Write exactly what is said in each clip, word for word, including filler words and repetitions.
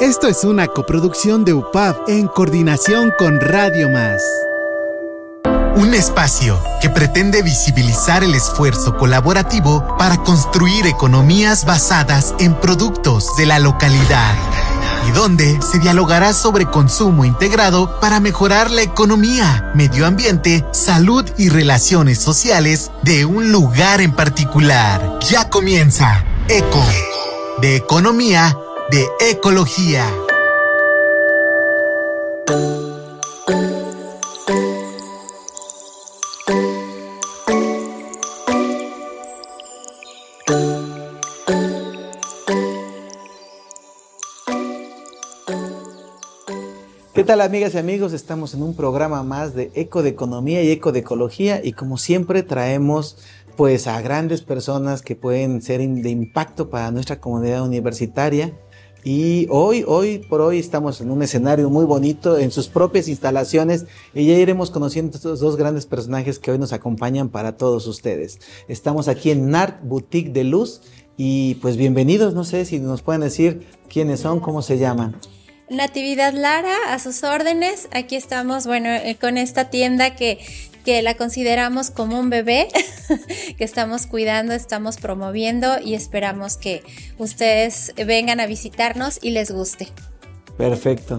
Esto es una coproducción de U P A B en coordinación con Radio Más. Un espacio que pretende visibilizar el esfuerzo colaborativo para construir economías basadas en productos de la localidad y donde se dialogará sobre consumo integrado para mejorar la economía, medio ambiente, salud y relaciones sociales de un lugar en particular. Ya comienza Eco, de economía, de ecología. ¿Qué tal, amigas y amigos? Estamos en un programa más de Eco de Economía y Eco de Ecología, y como siempre traemos pues a grandes personas que pueden ser de impacto para nuestra comunidad universitaria. Y hoy, hoy por hoy estamos en un escenario muy bonito en sus propias instalaciones, y ya iremos conociendo estos dos grandes personajes que hoy nos acompañan para todos ustedes. Estamos aquí en Nart Boutique de Luz y pues bienvenidos. No sé si nos pueden decir quiénes son, cómo se llaman. Natividad Lara, a sus órdenes. Aquí estamos, bueno, eh, con esta tienda que, que la consideramos como un bebé, que estamos cuidando, estamos promoviendo y esperamos que ustedes vengan a visitarnos y les guste. Perfecto.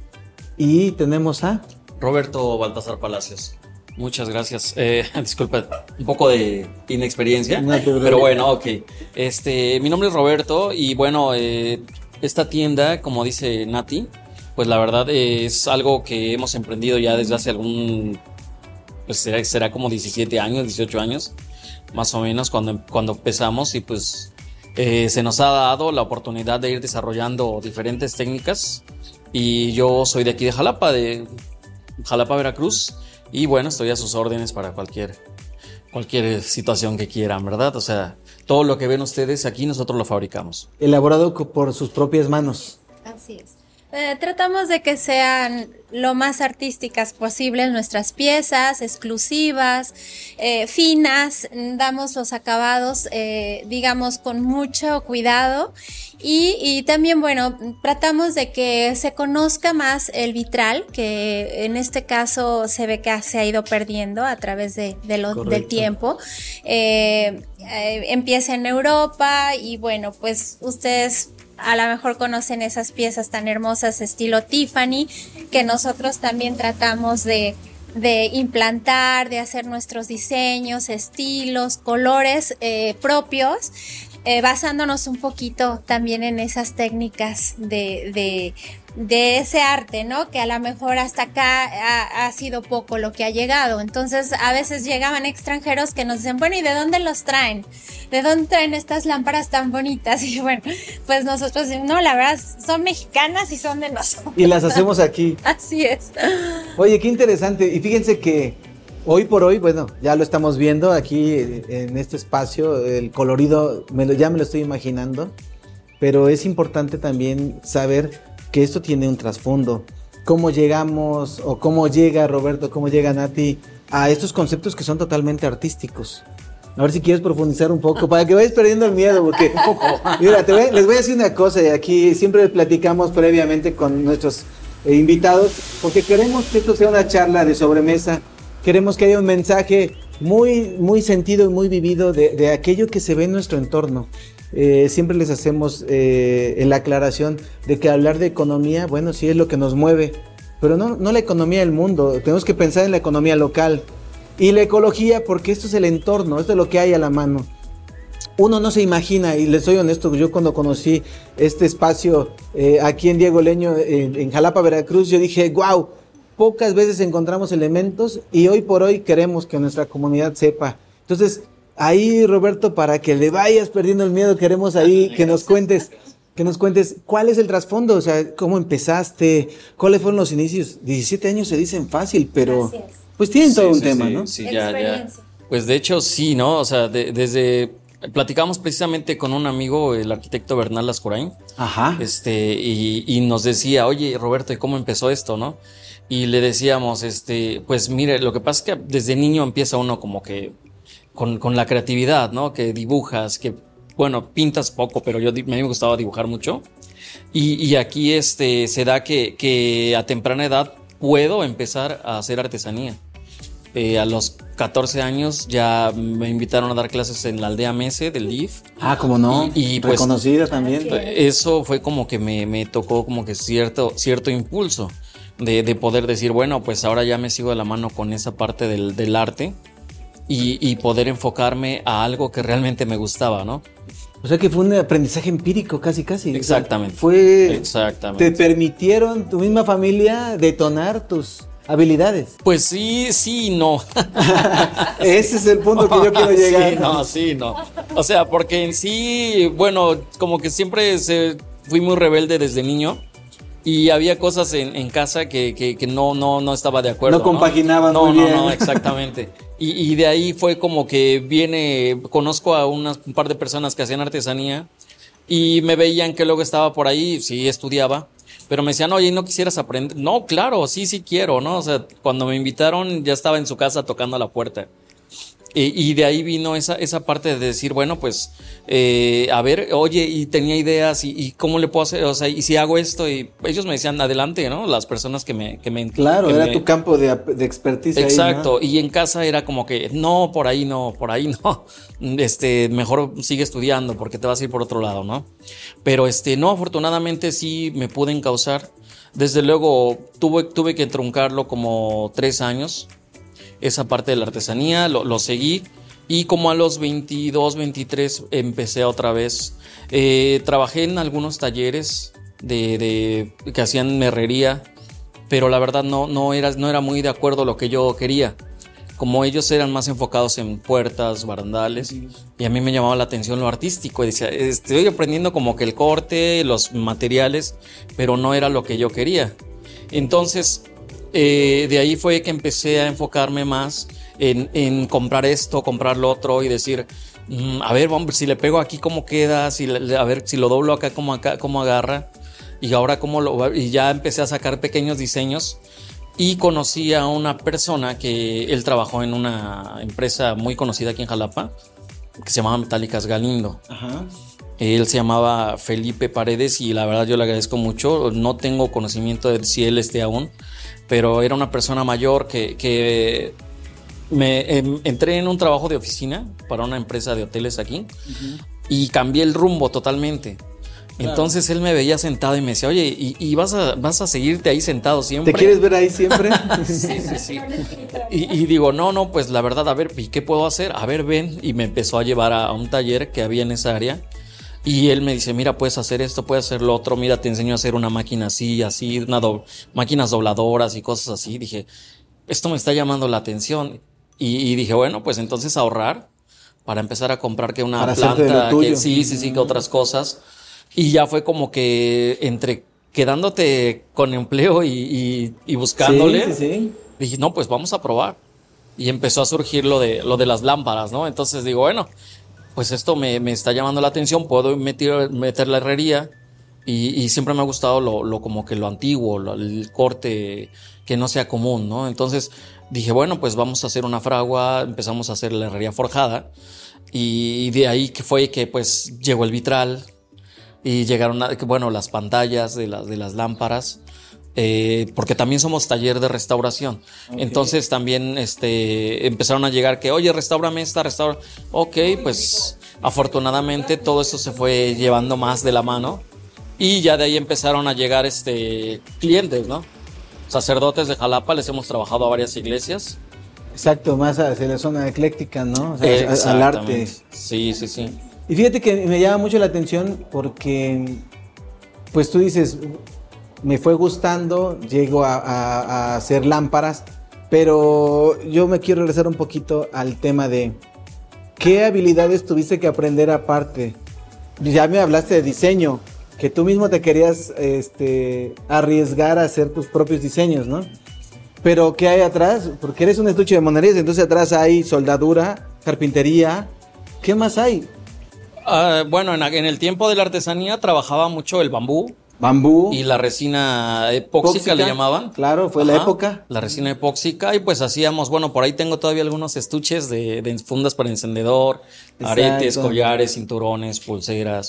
Y tenemos a Roberto Baltasar Palacios. Muchas gracias. Eh, disculpa, un poco de inexperiencia, no pero bueno, ok. Este, mi nombre es Roberto y bueno, eh, esta tienda, como dice Nati, pues la verdad es algo que hemos emprendido ya desde hace algún, pues será, será como diecisiete años, dieciocho años, más o menos, cuando, cuando empezamos, y pues eh, se nos ha dado la oportunidad de ir desarrollando diferentes técnicas. Y yo soy de aquí de Jalapa, de Jalapa, Veracruz, y bueno, estoy a sus órdenes para cualquier, cualquier situación que quieran, ¿verdad? O sea, todo lo que ven ustedes aquí nosotros lo fabricamos. Elaborado por sus propias manos. Así es. Eh, tratamos de que sean lo más artísticas posibles nuestras piezas, exclusivas, eh, finas, damos los acabados, eh, digamos, con mucho cuidado. Y, y también, bueno, tratamos de que se conozca más el vitral, que en este caso se ve que se ha ido perdiendo a través de, de lo, del tiempo. Eh, eh, empieza en Europa y bueno, pues ustedes a lo mejor conocen esas piezas tan hermosas estilo Tiffany, que nosotros también tratamos de, de implantar, de hacer nuestros diseños, estilos, colores eh, propios. Eh, basándonos un poquito también en esas técnicas de, de, de ese arte, ¿no? Que a lo mejor hasta acá ha, ha sido poco lo que ha llegado. Entonces, a veces llegaban extranjeros que nos dicen, bueno, ¿y de dónde los traen? ¿De dónde traen estas lámparas tan bonitas? Y bueno, pues nosotros, no, la verdad, son mexicanas y son de nosotros. Y las hacemos aquí. Así es. Oye, qué interesante. Y fíjense que hoy por hoy, bueno, ya lo estamos viendo aquí en este espacio, el colorido, me lo, ya me lo estoy imaginando, pero es importante también saber que esto tiene un trasfondo. ¿Cómo llegamos, o cómo llega Roberto, cómo llega Nati a estos conceptos que son totalmente artísticos? A ver si quieres profundizar un poco, para que vayas perdiendo el miedo, porque un poco. Mira, te voy, les voy a decir una cosa, y aquí siempre platicamos previamente con nuestros eh, invitados, porque queremos que esto sea una charla de sobremesa. Queremos que haya un mensaje muy, muy sentido y muy vivido de, de aquello que se ve en nuestro entorno. Eh, siempre les hacemos eh, la aclaración de que hablar de economía, bueno, sí es lo que nos mueve, pero no, no la economía del mundo. Tenemos que pensar en la economía local y la ecología, porque esto es el entorno, esto es lo que hay a la mano. Uno no se imagina, y les soy honesto, yo cuando conocí este espacio eh, aquí en Diego Leño, en, en Jalapa, Veracruz, yo dije, wow, pocas veces encontramos elementos y hoy por hoy queremos que nuestra comunidad sepa. Entonces, ahí, Roberto, para que le vayas perdiendo el miedo, queremos ahí que nos cuentes, que nos cuentes cuál es el trasfondo, o sea, cómo empezaste, cuáles fueron los inicios. diecisiete años se dicen fácil, pero pues tienen sí, todo un sí, tema, sí, ¿no? Sí, ya, ya. Pues de hecho sí, ¿no? O sea, de, desde platicamos precisamente con un amigo, el arquitecto Bernal Lascurain. Ajá. Este, y, y nos decía, oye, Roberto, ¿y cómo empezó esto, no? Y le decíamos, este, pues mire, lo que pasa es que desde niño empieza uno como que con, con la creatividad, ¿no? Que dibujas, que, bueno, pintas poco, pero yo, a mí me gustaba dibujar mucho. Y, y aquí este, se da que, que a temprana edad puedo empezar a hacer artesanía. Eh, a los catorce años ya me invitaron a dar clases en la aldea Mese del D I F. Ah, ¿cómo no? Y, y pues, reconocida también. Eso fue como que me, me tocó como que cierto, cierto impulso de, de poder decir, bueno, pues ahora ya me sigo de la mano con esa parte del, del arte y, y poder enfocarme a algo que realmente me gustaba, ¿no? O sea que fue un aprendizaje empírico casi, casi. Exactamente. O sea, fue... Exactamente. Te permitieron tu misma familia detonar tus habilidades. Pues sí, sí, no. Ese es el punto que yo quiero llegar. Sí, no, sí, no. O sea, porque en sí, bueno, como que siempre se, fui muy rebelde desde niño. Y había cosas en, en casa que, que, que no, no, no estaba de acuerdo. No compaginaban no, muy no, bien. No, no, exactamente. Y, y de ahí fue como que viene, conozco a unas, un par de personas que hacían artesanía y me veían que luego estaba por ahí, sí estudiaba, pero me decían, oye, ¿no quisieras aprender? No, claro, sí, sí quiero, ¿no? O sea, cuando me invitaron ya estaba en su casa tocando a la puerta. Y, y de ahí vino esa, esa parte de decir, bueno, pues, eh, a ver, oye, y tenía ideas, y, y cómo le puedo hacer, o sea, y si hago esto, y ellos me decían, adelante, ¿no? Las personas que me... Que me claro, que era me, tu campo de, de expertise. Exacto, ahí, ¿no? Y en casa era como que, no, por ahí no, por ahí no, este, mejor sigue estudiando porque te vas a ir por otro lado, ¿no? Pero este, no, afortunadamente sí me pude encauzar. Desde luego tuve, tuve que truncarlo como tres años. Esa parte de la artesanía, lo, lo seguí y como a los veintidós, veintitrés empecé otra vez. Eh, trabajé en algunos talleres de, de, que hacían herrería, pero la verdad no, no, era, no era muy de acuerdo lo que yo quería. Como ellos eran más enfocados en puertas, barandales, sí. Y a mí me llamaba la atención lo artístico. Y decía, estoy aprendiendo como que el corte, los materiales, pero no era lo que yo quería. Entonces... Eh, de ahí fue que empecé a enfocarme más en, en comprar esto, comprar lo otro y decir, mmm, a ver, hombre, si le pego aquí cómo queda, si le, a ver si lo doblo acá cómo, acá, cómo agarra y ahora cómo lo... Y ya empecé a sacar pequeños diseños y conocí a una persona que él trabajó en una empresa muy conocida aquí en Jalapa que se llamaba Metálicas Galindo. Ajá. Él se llamaba Felipe Paredes y la verdad yo le agradezco mucho. No tengo conocimiento de si él esté aún, pero era una persona mayor que, que me eh, entré en un trabajo de oficina para una empresa de hoteles aquí. Uh-huh. Y cambié el rumbo totalmente. Claro. Entonces él me veía sentado y me decía, oye, ¿y, y vas, a, vas a seguirte ahí sentado siempre? ¿Te quieres ver ahí siempre? Sí, sí, sí. Y, y digo, no, no, pues la verdad, a ver, ¿y qué puedo hacer? A ver, ven. Y me empezó a llevar a, a un taller que había en esa área. Y él me dice, mira, puedes hacer esto, puedes hacer lo otro, mira, te enseño a hacer una máquina así, así, una do- máquinas dobladoras y cosas así. Dije, esto me está llamando la atención. Y, y dije, bueno, pues entonces ahorrar para empezar a comprar que una para planta, que sí, sí, sí, que otras cosas. Y ya fue como que entre quedándote con empleo y, y, y buscándole, sí, sí, sí. Dije, no, pues vamos a probar. Y empezó a surgir lo de, lo de las lámparas, ¿no? Entonces digo, bueno, pues esto me, me está llamando la atención, puedo meter, meter la herrería y, y siempre me ha gustado lo, lo como que lo antiguo, lo, el corte que no sea común, ¿no? Entonces dije, bueno, pues vamos a hacer una fragua, empezamos a hacer la herrería forjada y de ahí que fue que pues llegó el vitral y llegaron, a, bueno, las pantallas de, la, de las lámparas. Eh, porque también somos taller de restauración. Okay. Entonces también este, empezaron a llegar que, oye, restáurame esta, restaura. Ok, pues afortunadamente todo eso se fue llevando más de la mano y ya de ahí empezaron a llegar este, clientes, ¿no? Sacerdotes de Jalapa, les hemos trabajado a varias iglesias. Exacto, más hacia la zona ecléctica, ¿no? O sea, al arte. Sí, sí, sí. Y fíjate que me llama mucho la atención porque, pues tú dices... Me fue gustando, llego a, a, a hacer lámparas, pero yo me quiero regresar un poquito al tema de ¿qué habilidades tuviste que aprender aparte? Ya me hablaste de diseño, que tú mismo te querías este, arriesgar a hacer tus propios diseños, ¿no? Pero ¿qué hay atrás? Porque eres un estuche de monerías, entonces atrás hay soldadura, carpintería, ¿qué más hay? Uh, bueno, en, en el tiempo de la artesanía trabajaba mucho el bambú. Bambú. Y la resina epóxica, epóxica le llamaban. Claro, fue Ajá, la época. La resina epóxica y pues hacíamos, bueno, por ahí tengo todavía algunos estuches de, de fundas para encendedor, Exacto. aretes, collares, cinturones, pulseras.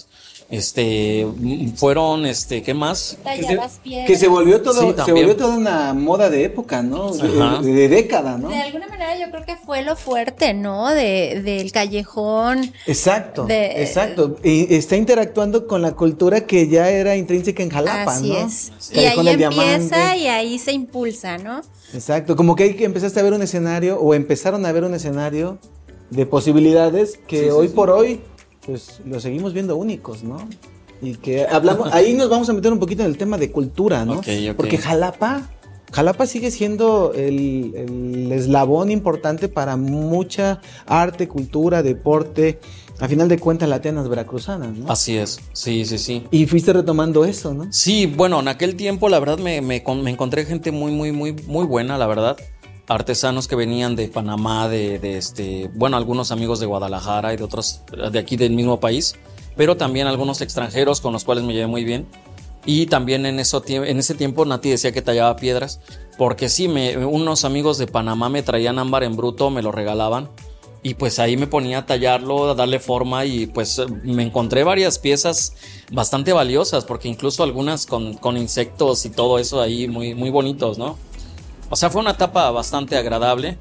Este, fueron, este, ¿qué más? Tallabas piedras. Que se volvió todo, Sí, se también. volvió toda una moda de época, ¿no? Ajá. De, de década, ¿no? De alguna manera yo creo que fue lo fuerte, ¿no? De, del callejón. Exacto, De- exacto. Y está interactuando con la cultura que ya era intrínseca en Jalapa, Así ¿no? es. Y Callejón ahí del empieza Diamante. y ahí se impulsa, ¿no? Exacto, como que ahí que empezaste a ver un escenario o empezaron a ver un escenario de posibilidades que Sí, sí, hoy sí. por hoy pues lo seguimos viendo únicos, ¿no? Y que hablamos, ahí nos vamos a meter un poquito en el tema de cultura, ¿no? Ok, ok. Porque Jalapa, Jalapa sigue siendo el, el eslabón importante para mucha arte, cultura, deporte, a final de cuentas la Atenas veracruzana, ¿no? Así es, sí, sí, sí. Y fuiste retomando eso, ¿no? Sí, bueno, en aquel tiempo la verdad me, me, con- me encontré gente muy, muy, muy, muy buena, la verdad. Artesanos que venían de Panamá, de, de este, bueno, algunos amigos de Guadalajara y de otros de aquí del mismo país, pero también algunos extranjeros con los cuales me llevé muy bien. Y también en, eso, tie- en ese tiempo Nati decía que tallaba piedras, porque sí, me, unos amigos de Panamá me traían ámbar en bruto, me lo regalaban. Y pues ahí me ponía a tallarlo, a darle forma y pues me encontré varias piezas bastante valiosas, porque incluso algunas con, con insectos y todo eso ahí muy, muy bonitos, ¿no? O sea, fue una etapa bastante agradable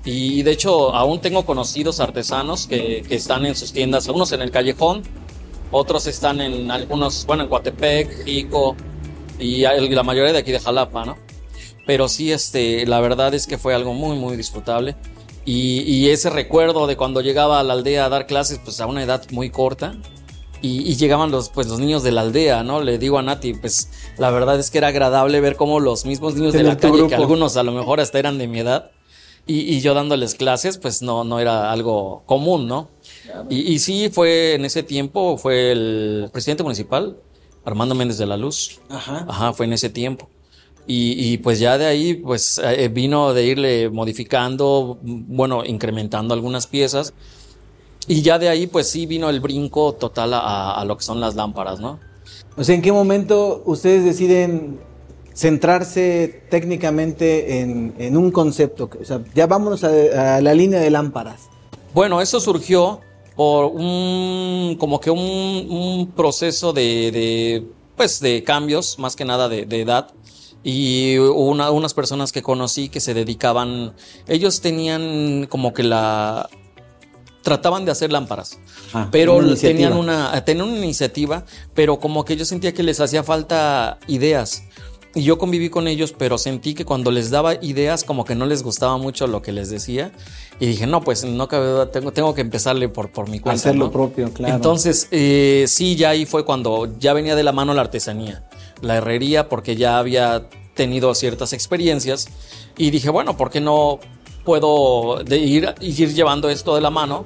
y de hecho aún tengo conocidos artesanos que, que están en sus tiendas, algunos en el Callejón, otros están en algunos, bueno, en Coatepec, Jico y el- la mayoría de aquí de Jalapa, ¿no? Pero sí, este, la verdad es que fue algo muy, muy disfrutable. Y, y ese recuerdo de cuando llegaba a la aldea a dar clases, pues a una edad muy corta, y, y llegaban los, pues, los niños de la aldea, ¿no? Le digo a Nati, pues la verdad es que era agradable ver cómo los mismos niños de Tener la tu calle, grupo. que algunos a lo mejor hasta eran de mi edad, y, y yo dándoles clases, pues no, no era algo común, ¿no? Y, y sí, fue en ese tiempo, fue el presidente municipal, Armando Méndez de la Luz. Ajá. Ajá, fue en ese tiempo. Y, y pues ya de ahí, pues eh, vino de irle modificando, bueno, incrementando algunas piezas. Y ya de ahí, pues sí vino el brinco total a, a lo que son las lámparas, ¿no? O sea, ¿en qué momento ustedes deciden centrarse técnicamente en, en un concepto? O sea, ya vámonos a, a la línea de lámparas. Bueno, eso surgió por un, como que un, un proceso de, de, pues de cambios, más que nada de, de edad. Y una, unas personas que conocí que se dedicaban, ellos tenían como que la, trataban de hacer lámparas, Ah, pero una iniciativa. tenían una, tenían una iniciativa, pero como que yo sentía que les hacía falta ideas. Y yo conviví con ellos, pero sentí que cuando les daba ideas, como que no les gustaba mucho lo que les decía. Y dije, no, pues no cabe duda, tengo, tengo que empezarle por, por mi cuenta. Hacer lo ¿no? propio, claro. Entonces, eh, sí, ya ahí fue cuando ya venía de la mano la artesanía, la herrería, porque ya había tenido ciertas experiencias. Y dije, bueno, ¿por qué no puedo de ir, ir llevando esto de la mano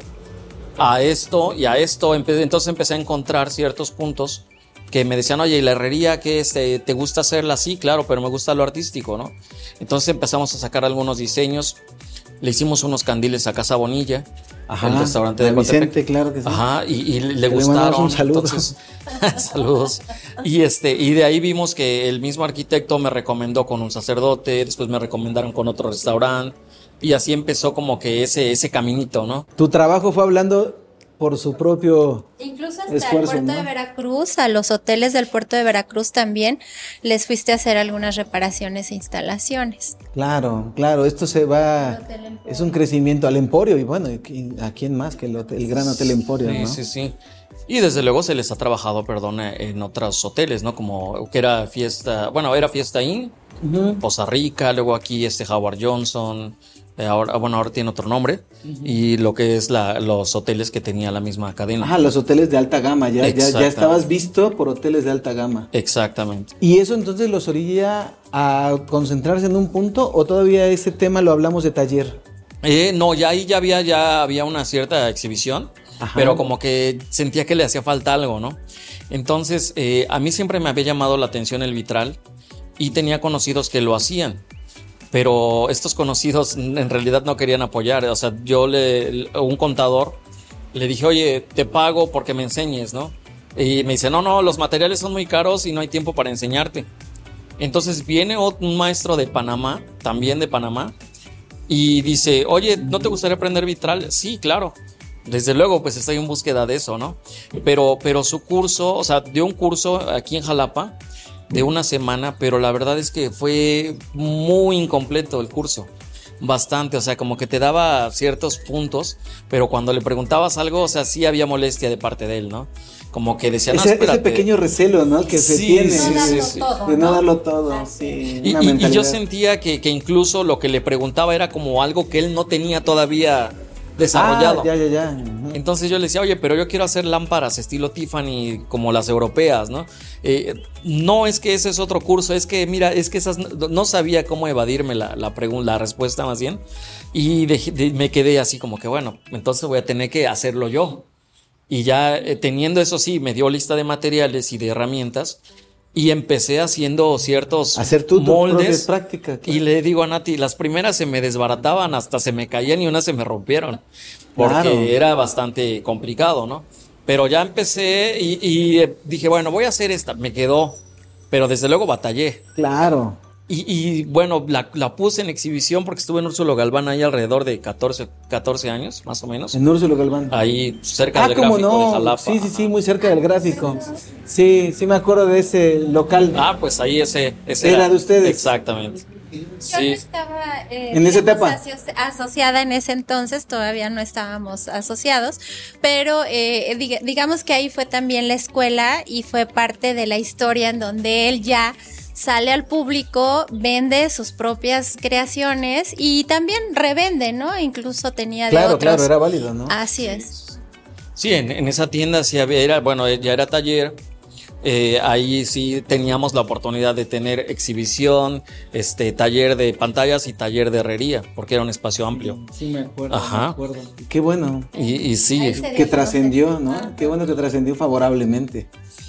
a esto y a esto? Empe- Entonces empecé a encontrar ciertos puntos que me decían, oye, ¿y la herrería qué es? ¿Te, te gusta hacerla? Sí, claro, pero me gusta lo artístico, ¿no? Entonces empezamos a sacar algunos diseños. Le hicimos unos candiles a Casa Bonilla, Ajá, el restaurante a de Coatepec. Vicente, claro que sí. Ajá, y, y le le mandamos gustaron. un saludo. Entonces, saludos. Y este, y de ahí vimos que el mismo arquitecto me recomendó con un sacerdote, después me recomendaron con otro restaurante, y así empezó como que ese, ese caminito, ¿no? Tu trabajo fue hablando por su propio... Incluso hasta Esfuerzo, el puerto ¿no? de Veracruz, a los hoteles del puerto de Veracruz también les fuiste a hacer algunas reparaciones e instalaciones. Claro, claro, esto se va... El Hotel Emporio. Es un crecimiento al Emporio y bueno, ¿y ¿a quién más que el, hotel- el Gran Hotel Emporio, Sí, no? sí, sí. Y desde luego se les ha trabajado, perdón, en otros hoteles, ¿no? Como que era Fiesta, bueno, era Fiesta Inn, Ujú. Poza Rica, luego aquí este Howard Johnson, eh, ahora, bueno, ahora tiene otro nombre, y lo que es la, los hoteles que tenía la misma cadena. Ajá, los hoteles de alta gama, ya, ya, ya Exactamente. estabas visto por hoteles de alta gama. Exactamente. ¿Y eso entonces los orilla a concentrarse en un punto o todavía ese tema lo hablamos de taller? Eh, no, ya ahí ya había, ya había una cierta exhibición, Ajá. pero como que sentía que le hacía falta algo, ¿no? Entonces, eh, a mí siempre me había llamado la atención el vitral y tenía conocidos que lo hacían, pero estos conocidos en realidad no querían apoyar. O sea, yo le, un contador, le dije, oye, te pago porque me enseñes, ¿no? Y me dice, no, no, los materiales son muy caros y no hay tiempo para enseñarte. Entonces viene un maestro de Panamá, también de Panamá, y dice, oye, ¿no te gustaría aprender vitral? Sí, claro. Desde luego, pues estoy en búsqueda de eso, ¿no? Pero, pero su curso, o sea, dio un curso aquí en Jalapa de una semana, pero la verdad es que fue muy incompleto el curso. Bastante, o sea, como que te daba ciertos puntos, pero cuando le preguntabas algo, o sea, sí había molestia de parte de él, ¿no? Como que decía, no, ese, espérate. Ese pequeño recelo, ¿no? Que sí, se tiene. Sí, no sí, darlo sí. todo, de no, ¿no? darlo todo, sí. Y, una y, y yo mentalidad. sentía que, que incluso lo que le preguntaba era como algo que él no tenía todavía desarrollado. Ah, ya, ya, ya. Uh-huh. Entonces yo le decía, oye, pero yo quiero hacer lámparas estilo Tiffany como las europeas, ¿no? Eh, no es que ese es otro curso, es que, mira, es que esas no, no sabía cómo evadirme la, la, pregun- la respuesta más bien. Y de, de, me quedé así como que, bueno, entonces voy a tener que hacerlo yo. Y ya eh, teniendo eso sí, me dio lista de materiales y de herramientas. Y empecé haciendo ciertos Hacer tú moldes. prácticas. Claro. Y le digo a Nati, las primeras se me desbarataban, hasta se me caían y unas se me rompieron. Porque Claro. era bastante complicado, ¿no? Pero ya empecé y, y dije, bueno, voy a hacer esta. Me quedó, pero desde luego batallé. Claro. Y, y bueno, la, la puse en exhibición porque estuve en Úrsulo Galván ahí alrededor de catorce, catorce años, más o menos. En Úrsulo Galván. Ahí cerca ah, del ¿cómo gráfico no? de Jalapa. Sí, sí, sí, muy cerca del gráfico. Sí, sí me acuerdo de ese local. Ah, pues ahí ese, ese era, era de ustedes. Exactamente. Yo Sí. no estaba eh, ¿En esa digamos, etapa? aso- asociada en ese entonces, todavía no estábamos asociados, pero eh, diga- digamos que ahí fue también la escuela y fue parte de la historia en donde él ya sale al público, vende sus propias creaciones y también revende, ¿no? Incluso tenía de Claro, otros. claro, era válido, ¿no? Así es. Sí, en, en esa tienda sí había, era, bueno, ya era taller. Eh, ahí sí teníamos la oportunidad de tener exhibición, este taller de pantallas y taller de herrería, porque era un espacio amplio. Sí, me acuerdo. Ajá. Me acuerdo. Qué bueno. Y, y sí, Ahí se Que dio trascendió, el ¿no? proceso. Qué bueno que trascendió favorablemente.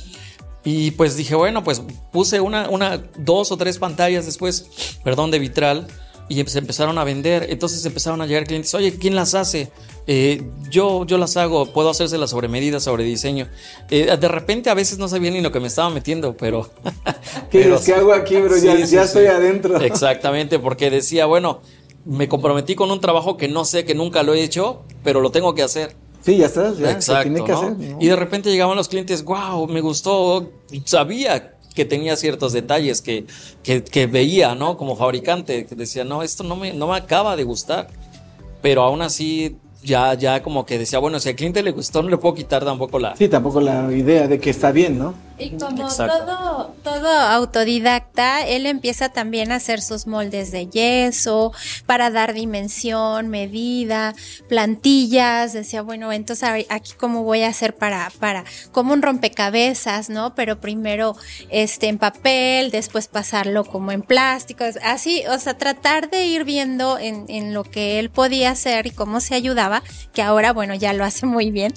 y pues dije, bueno, pues puse una, una, dos o tres pantallas después, perdón, de vitral, y se empezaron a vender. Entonces empezaron a llegar clientes, oye, ¿quién las hace? Eh, yo, yo las hago, puedo hacérselas sobre medida, sobre diseño. Eh, de repente a veces no sabía ni lo que me estaba metiendo, pero... ¿Qué, pero ¿qué hago aquí, bro? sí, ya sí, ya sí. estoy adentro. Exactamente, porque decía, bueno, me comprometí con un trabajo que no sé, que nunca lo he hecho, pero lo tengo que hacer. Sí, ya estás, ya. Exacto, se tiene que ¿no? hacer, ¿no? Y de repente llegaban los clientes, wow, me gustó, sabía que tenía ciertos detalles que, que, que veía, ¿no? Como fabricante, que decía, no, esto no me, no me acaba de gustar, pero aún así ya, ya como que decía, bueno, si al cliente le gustó, no le puedo quitar tampoco la... Sí, tampoco la idea de que está bien, ¿no? Y como Exacto. todo, todo autodidacta, él empieza también a hacer sus moldes de yeso para dar dimensión, medida, plantillas. Decía, bueno, entonces a- aquí cómo voy a hacer para, para, como un rompecabezas, ¿no? Pero primero este en papel, después pasarlo como en plástico, así, o sea, tratar de ir viendo en, en lo que él podía hacer y cómo se ayudaba, que ahora, bueno, ya lo hace muy bien,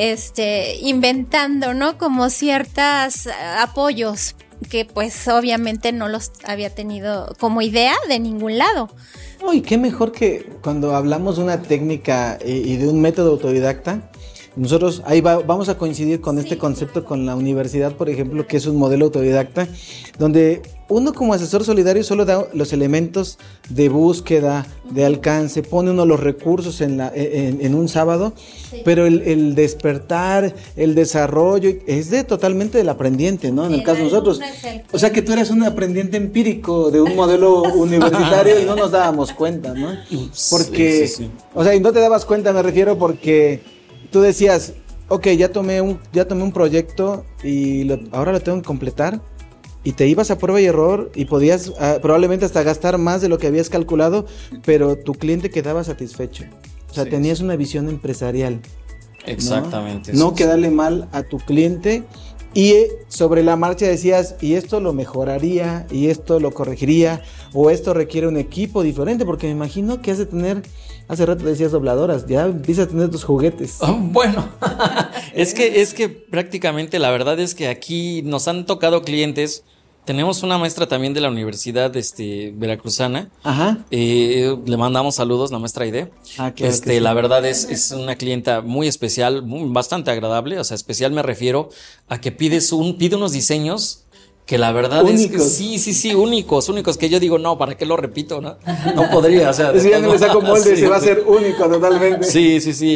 este, inventando, ¿no? Como ciertas apoyos que pues obviamente no los había tenido como idea de ningún lado. Uy, qué mejor que cuando hablamos de una técnica y, y de un método autodidacta, nosotros ahí va- vamos a coincidir con este concepto con la universidad, por ejemplo, que es un modelo autodidacta, donde uno como asesor solidario solo da los elementos de búsqueda, de alcance, pone uno los recursos en, la, en, en un sábado, Sí. pero el, el despertar, el desarrollo, es de totalmente del aprendiente, ¿no? En el El caso de nosotros. alumno es el que- O sea que tú eres un aprendiente empírico de un modelo universitario y no nos dábamos cuenta, ¿no? Porque, Sí, sí, sí. o sea, y no te dabas cuenta, me refiero porque tú decías, ok, ya tomé un, ya tomé un proyecto y lo- ahora lo tengo que completar. Y te ibas a prueba y error y podías ah, probablemente hasta gastar más de lo que habías calculado, pero tu cliente quedaba satisfecho. O sea, Sí. tenías una visión empresarial. ¿no? Exactamente. No sí, quedarle mal a tu cliente. Y eh, sobre la marcha decías, y esto lo mejoraría, y esto lo corregiría, o esto requiere un equipo diferente, porque me imagino que has de tener, hace rato decías dobladoras, ya empiezas a tener tus juguetes. Oh, bueno, es que es que prácticamente la verdad es que aquí nos han tocado clientes. Tenemos una maestra también de la Universidad este, Veracruzana. Ajá. Eh, le mandamos saludos, la maestra Aide. Ah, claro este, que sí. La verdad es, es una clienta muy especial, muy- bastante agradable. O sea, especial me refiero a que pides un, pide unos diseños que la verdad es que Únicos. sí, sí, sí, únicos, únicos, que yo digo, no, ¿para qué lo repito? No, no podría, o sea. de Eso ya no todos le saco modos, molde, sí, se va a sí. hacer único totalmente. Sí, sí, sí.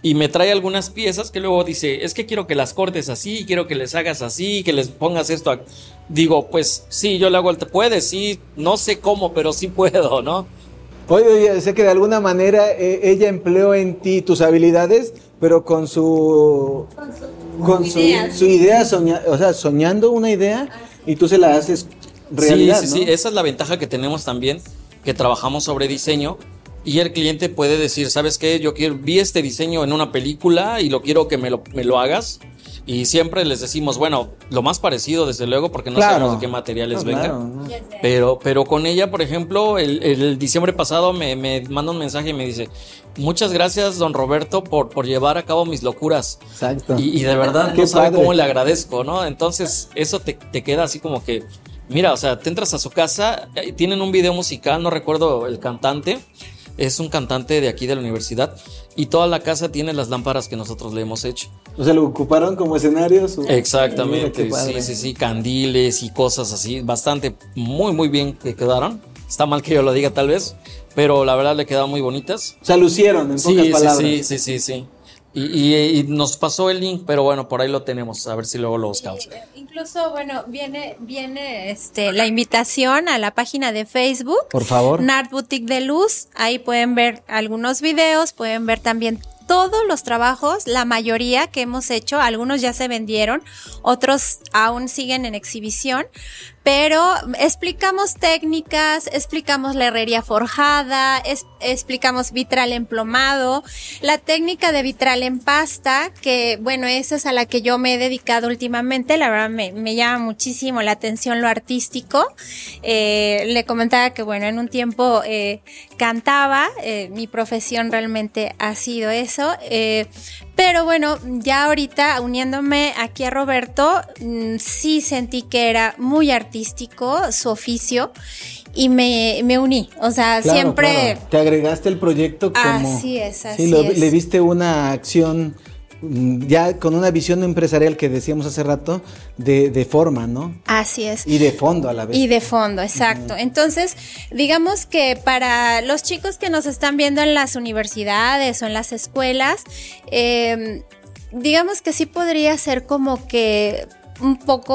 y me trae algunas piezas que luego dice, es que quiero que las cortes así, quiero que les hagas así, que les pongas esto. Digo, pues sí, yo le hago el... Puedes, sí, no sé cómo, pero sí puedo, ¿no? Oye, oye, sé que de alguna manera eh, ella empleó en ti tus habilidades, pero con su... Con su, con su, idea, su idea, soña, o sea, soñando una idea ah, sí. y tú se la haces realidad, sí, sí, ¿no? Sí, esa es la ventaja que tenemos también, que trabajamos sobre diseño. Y el cliente puede decir, ¿sabes qué? Yo quiero, vi este diseño en una película y lo quiero que me lo, me lo hagas. Y siempre les decimos, bueno, lo más parecido, desde luego, porque no claro. sabemos de qué materiales no, vengan. Claro, no. Pero, pero con ella, por ejemplo, el, el diciembre pasado me, me manda un mensaje y me dice, muchas gracias, don Roberto, por, por llevar a cabo mis locuras. Exacto. Y, y de verdad no sabe cómo le agradezco, ¿no? Entonces, eso te, te queda así como que, mira, o sea, te entras a su casa, tienen un video musical, no recuerdo el cantante. Es un cantante de aquí de la universidad y toda la casa tiene las lámparas que nosotros le hemos hecho. O sea, lo ocuparon como escenarios. ¿O? Exactamente, sí, sí, sí, candiles y cosas así, bastante, muy, muy bien que quedaron. Está mal que yo lo diga tal vez, pero la verdad le quedaron muy bonitas. O sea, lucieron en pocas sí, palabras. Sí, sí, sí, sí. Y, y, y nos pasó el link, pero bueno, por ahí lo tenemos, a ver si luego lo buscamos. Incluso, bueno, viene viene este la invitación a la página de Facebook. Por favor. Nart Boutique de Luz, ahí pueden ver algunos videos, pueden ver también todos los trabajos, la mayoría que hemos hecho, algunos ya se vendieron, otros aún siguen en exhibición, pero explicamos técnicas, explicamos la herrería forjada, es, explicamos vitral emplomado, la técnica de vitral en pasta, que bueno, esa es a la que yo me he dedicado últimamente, la verdad me, me llama muchísimo la atención lo artístico. Eh, le comentaba que bueno, en un tiempo eh, cantaba, eh, mi profesión realmente ha sido eso, eh, pero bueno, ya ahorita uniéndome aquí a Roberto, mmm, sí sentí que era muy artístico su oficio y me, me uní, o sea, claro, siempre... Claro. Te agregaste el proyecto como... Así es, así sí, lo, es. Le viste una acción ya con una visión empresarial que decíamos hace rato de, de forma, ¿no? Así es. Y de fondo a la vez. Y de fondo, exacto. Uh-huh. Entonces, digamos que para los chicos que nos están viendo en las universidades o en las escuelas, eh, digamos que sí podría ser como que un poco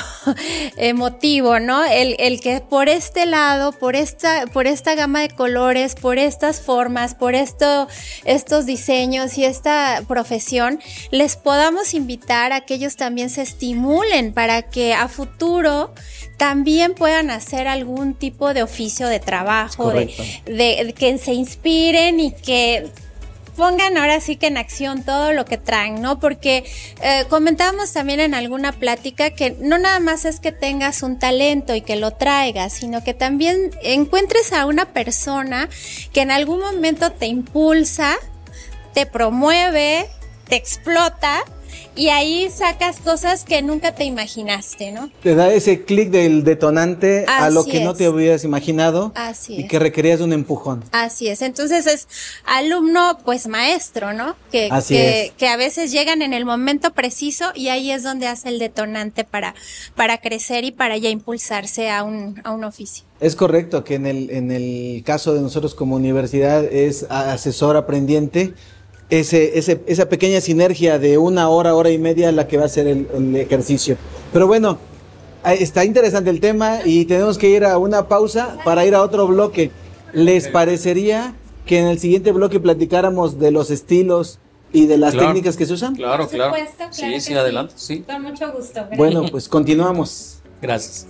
emotivo, ¿no? El, el que por este lado, por esta, por esta gama de colores, por estas formas, por esto, estos diseños y esta profesión, les podamos invitar a que ellos también se estimulen para que a futuro también puedan hacer algún tipo de oficio de trabajo, de, de, de que se inspiren y que pongan ahora sí que en acción todo lo que traen, ¿no? Porque eh, comentábamos también en alguna plática que no nada más es que tengas un talento y que lo traigas, sino que también encuentres a una persona que en algún momento te impulsa, te promueve, te explota y ahí sacas cosas que nunca te imaginaste, ¿no? Te da ese clic del detonante Así a lo que es. no te hubieras imaginado. Así y es. que requerías de un empujón. Así es, entonces es alumno pues maestro, ¿no? Que, Así que, es. que a veces llegan en el momento preciso y ahí es donde hace el detonante para, para crecer y para ya impulsarse a un, a un oficio. Es correcto que en el, en el caso de nosotros como universidad es asesor aprendiente. Ese, ese, esa pequeña sinergia de una hora, hora y media la que va a ser el, el ejercicio. Pero bueno, está interesante el tema y tenemos que ir a una pausa para ir a otro bloque. ¿Les parecería que en el siguiente bloque platicáramos de los estilos y de las claro, técnicas que se usan? Claro, claro. Por supuesto, claro sí, que sí, adelante, sí. Con mucho gusto. Gracias. Bueno, pues continuamos. Gracias.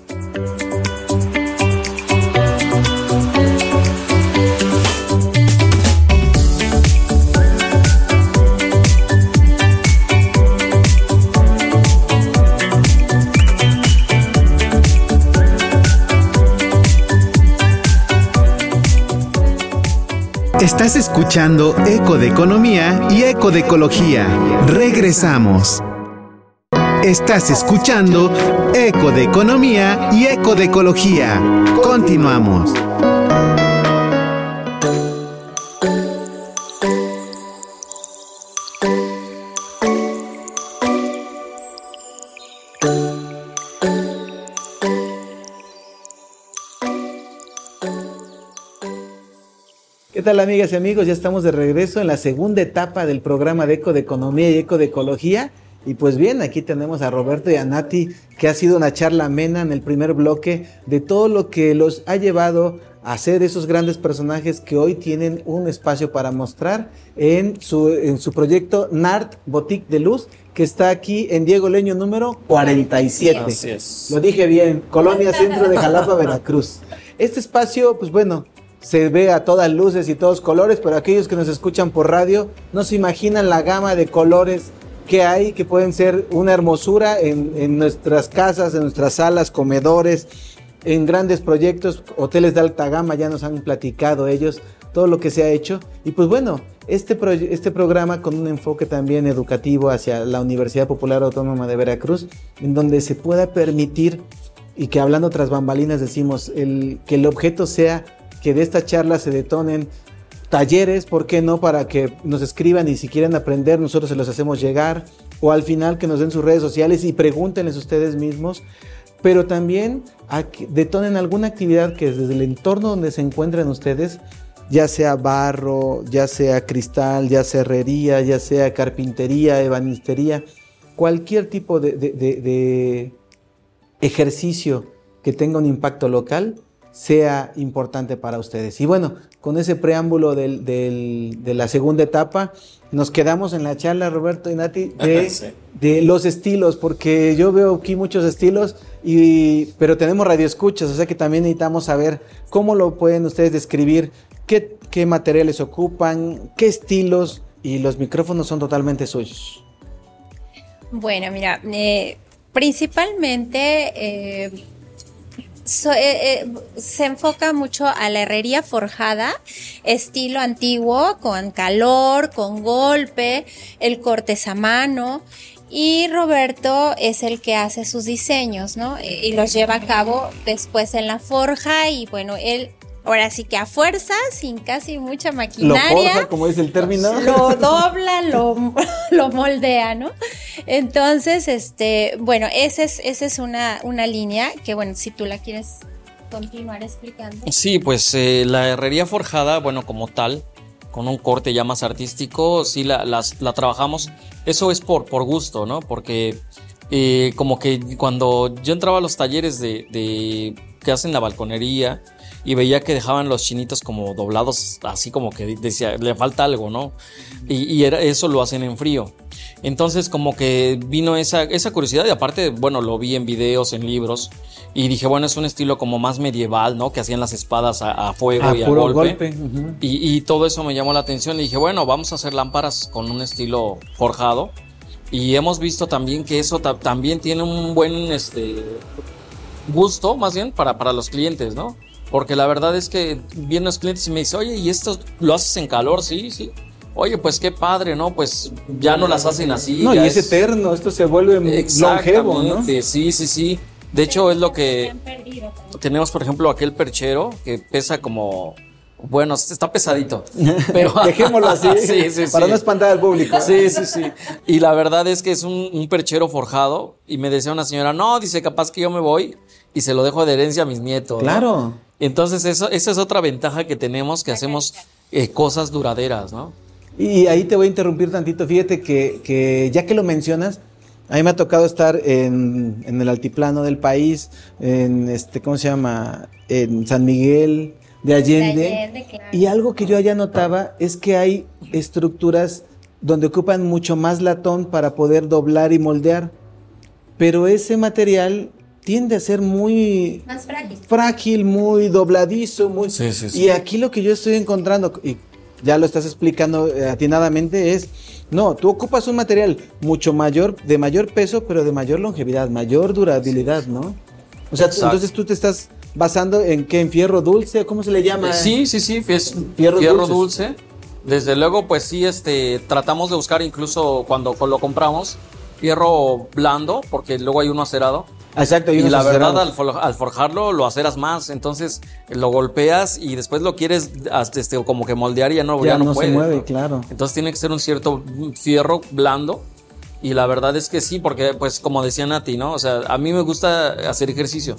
Estás escuchando Eco de Economía y Eco de Ecología. Regresamos. Estás escuchando Eco de Economía y Eco de Ecología. Continuamos. ¿Qué tal, amigas y amigos? Ya estamos de regreso en la segunda etapa del programa de Eco de Economía y Eco de Ecología. Y pues bien, aquí tenemos a Roberto y a Nati, que ha sido una charla amena en el primer bloque de todo lo que los ha llevado a ser esos grandes personajes que hoy tienen un espacio para mostrar en su, en su proyecto Nart Boutique de Luz, que está aquí en Diego Leño número cuarenta y siete. Así es. Lo dije bien, Colonia Centro de Jalapa, Veracruz. Este espacio, pues bueno, se ve a todas luces y todos colores, pero aquellos que nos escuchan por radio no se imaginan la gama de colores que hay, que pueden ser una hermosura en, en nuestras casas, en nuestras salas, comedores, en grandes proyectos, hoteles de alta gama, ya nos han platicado ellos todo lo que se ha hecho. Y pues bueno, este, pro, este programa con un enfoque también educativo hacia la Universidad Popular Autónoma de Veracruz, en donde se pueda permitir, y que hablando tras bambalinas decimos, el, que el objeto sea que de esta charla se detonen talleres, ¿por qué no? Para que nos escriban y si quieren aprender, nosotros se los hacemos llegar, o al final que nos den sus redes sociales y pregúntenles ustedes mismos, pero también a que detonen alguna actividad que desde el entorno donde se encuentren ustedes, ya sea barro, ya sea cristal, ya sea herrería, ya sea carpintería, ebanistería, cualquier tipo de, de, de, de ejercicio que tenga un impacto local, sea importante para ustedes. Y bueno, con ese preámbulo del, del, de la segunda etapa, nos quedamos en la charla, Roberto y Nati, de, sí. de los estilos, porque yo veo aquí muchos estilos, y, pero tenemos radioescuchas, o sea que también necesitamos saber cómo lo pueden ustedes describir, qué, qué materiales ocupan, qué estilos, y los micrófonos son totalmente suyos. Bueno, mira, eh, principalmente... Eh, So, eh, eh, se enfoca mucho a la herrería forjada, estilo antiguo, con calor, con golpe, el corte es a mano, y Roberto es el que hace sus diseños, ¿no? Y, y los lleva a cabo después en la forja, y bueno, él ahora sí que a fuerza, sin casi mucha maquinaria. Lo forja, como dice el término. Lo dobla, lo, lo moldea, ¿no? Entonces, este, bueno, esa es, esa es una, una línea que, bueno, si tú la quieres continuar explicando. Sí, pues eh, la herrería forjada, bueno, como tal, con un corte ya más artístico, sí la, las, la trabajamos. Eso es por, por gusto, ¿no? Porque eh, como que cuando yo entraba a los talleres de, de que hacen la balconería, y veía que dejaban los chinitos como doblados, así como que decía, le falta algo, ¿no? Y, y era, eso lo hacen en frío. Entonces como que vino esa, esa curiosidad, y aparte, bueno, lo vi en videos, en libros, y dije, bueno, es un estilo como más medieval, ¿no? Que hacían las espadas a, a fuego a y a golpe. golpe. Uh-huh. y, y todo eso me llamó la atención, y dije, bueno, vamos a hacer lámparas con un estilo forjado. Y hemos visto también que eso ta- también tiene un buen este, gusto, más bien, para, para los clientes, ¿no? Porque la verdad es que vienen los clientes y me dicen, oye, ¿y esto lo haces en calor? Sí, sí. Oye, pues qué padre, ¿no? Pues ya no las hacen así. No, y es, es eterno, esto se vuelve longevo, ¿no? Sí, sí, sí. De hecho, es lo que tenemos, por ejemplo, aquel perchero que pesa como... Bueno, está pesadito, pero dejémoslo así, sí, sí, para sí. no espantar al público. Sí, sí, sí. Y la verdad es que es un, un perchero forjado, y me decía una señora, no, dice, capaz que yo me voy y se lo dejo de herencia a mis nietos. Claro. ¿No? Entonces eso, esa es otra ventaja que tenemos, que hacemos eh, cosas duraderas, ¿no? Y ahí te voy a interrumpir tantito. Fíjate que, que ya que lo mencionas, a mí me ha tocado estar en, en el altiplano del país, en este, ¿cómo se llama? En San Miguel de Allende. De Allende, claro. Y algo que yo allá notaba es que hay estructuras donde ocupan mucho más latón para poder doblar y moldear, pero ese material tiende a ser muy más frágil, frágil muy dobladizo, muy sí, sí, sí. Y aquí lo que yo estoy encontrando, y ya lo estás explicando atinadamente, es no, tú ocupas un material mucho mayor, de mayor peso, pero de mayor longevidad, mayor durabilidad, ¿no? O sea, tú, entonces tú te estás basando en qué, en fierro dulce, ¿cómo se le llama? Sí, sí, sí, es fierro, fierro dulce. Desde luego, pues sí, este, tratamos de buscar incluso cuando lo compramos fierro blando, porque luego hay uno acerado. Exacto, y la verdad al, al forjarlo lo aceras más, entonces lo golpeas y después lo quieres este, como que moldear y ya no, ya ya no, no puede, se mueve, ¿no? Claro. Entonces tiene que ser un cierto fierro blando, y la verdad es que sí, porque pues como decía Nati, ¿no? O sea, a mí me gusta hacer ejercicio,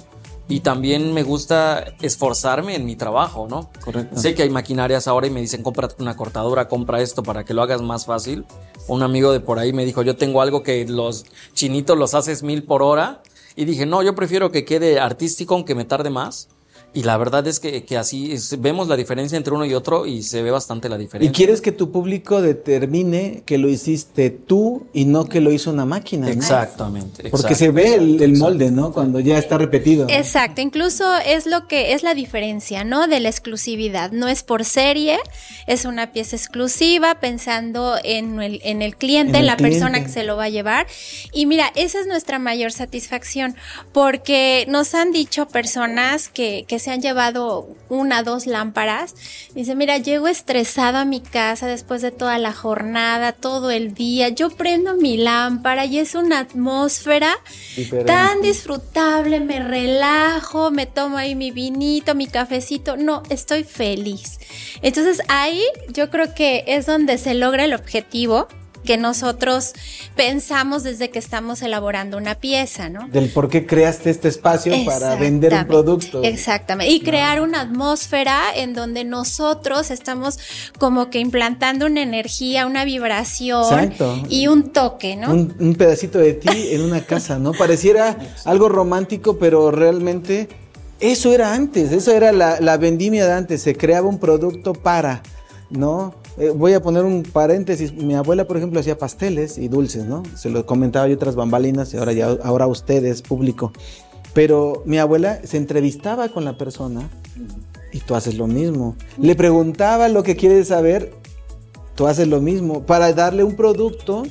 Y también me gusta esforzarme en mi trabajo, ¿no? Correcto. Sé que hay maquinarias ahora y me dicen, compra una cortadora, compra esto para que lo hagas más fácil. Un amigo de por ahí me dijo, yo tengo algo que los chinitos los haces mil por hora. Y dije, no, yo prefiero que quede artístico aunque me tarde más. Y la verdad es que, que así es, vemos la diferencia entre uno y otro y se ve bastante la diferencia. Y quieres que tu público determine que lo hiciste tú y no que lo hizo una máquina, ¿no? Exactamente. Porque exacto, se ve exacto, el, el exacto. molde, ¿no? Cuando ya está repetido. Exacto, incluso es lo que es la diferencia, ¿no? De la exclusividad. No es por serie, es una pieza exclusiva pensando en el, en el cliente, en, En el la cliente. persona que se lo va a llevar. Y mira, esa es nuestra mayor satisfacción, porque nos han dicho personas que, que se han llevado una, dos lámparas. Dice, mira, llego estresada a mi casa después de toda la jornada, todo el día. Yo prendo mi lámpara y es una atmósfera Diferente. tan disfrutable, me relajo, me tomo ahí mi vinito, mi cafecito. No, estoy feliz. Entonces ahí yo creo que es donde se logra el objetivo que nosotros pensamos desde que estamos elaborando una pieza, ¿no? Del por qué creaste este espacio para vender un producto. Exactamente. Y crear una atmósfera en donde nosotros estamos como que implantando una energía, una vibración. Exacto. Y un toque, ¿no? Un, un pedacito de ti en una casa, ¿no? Pareciera algo romántico, pero realmente eso era antes, eso era la, la vendimia de antes, se creaba un producto para, ¿no? Eh, voy a poner un paréntesis, mi abuela, por ejemplo, hacía pasteles y dulces, ¿no? Se lo comentaba yo otras bambalinas y ahora ya ahora ustedes, público. Pero mi abuela se entrevistaba con la persona y tú haces lo mismo. Le preguntaba lo que quiere saber, tú haces lo mismo para darle un producto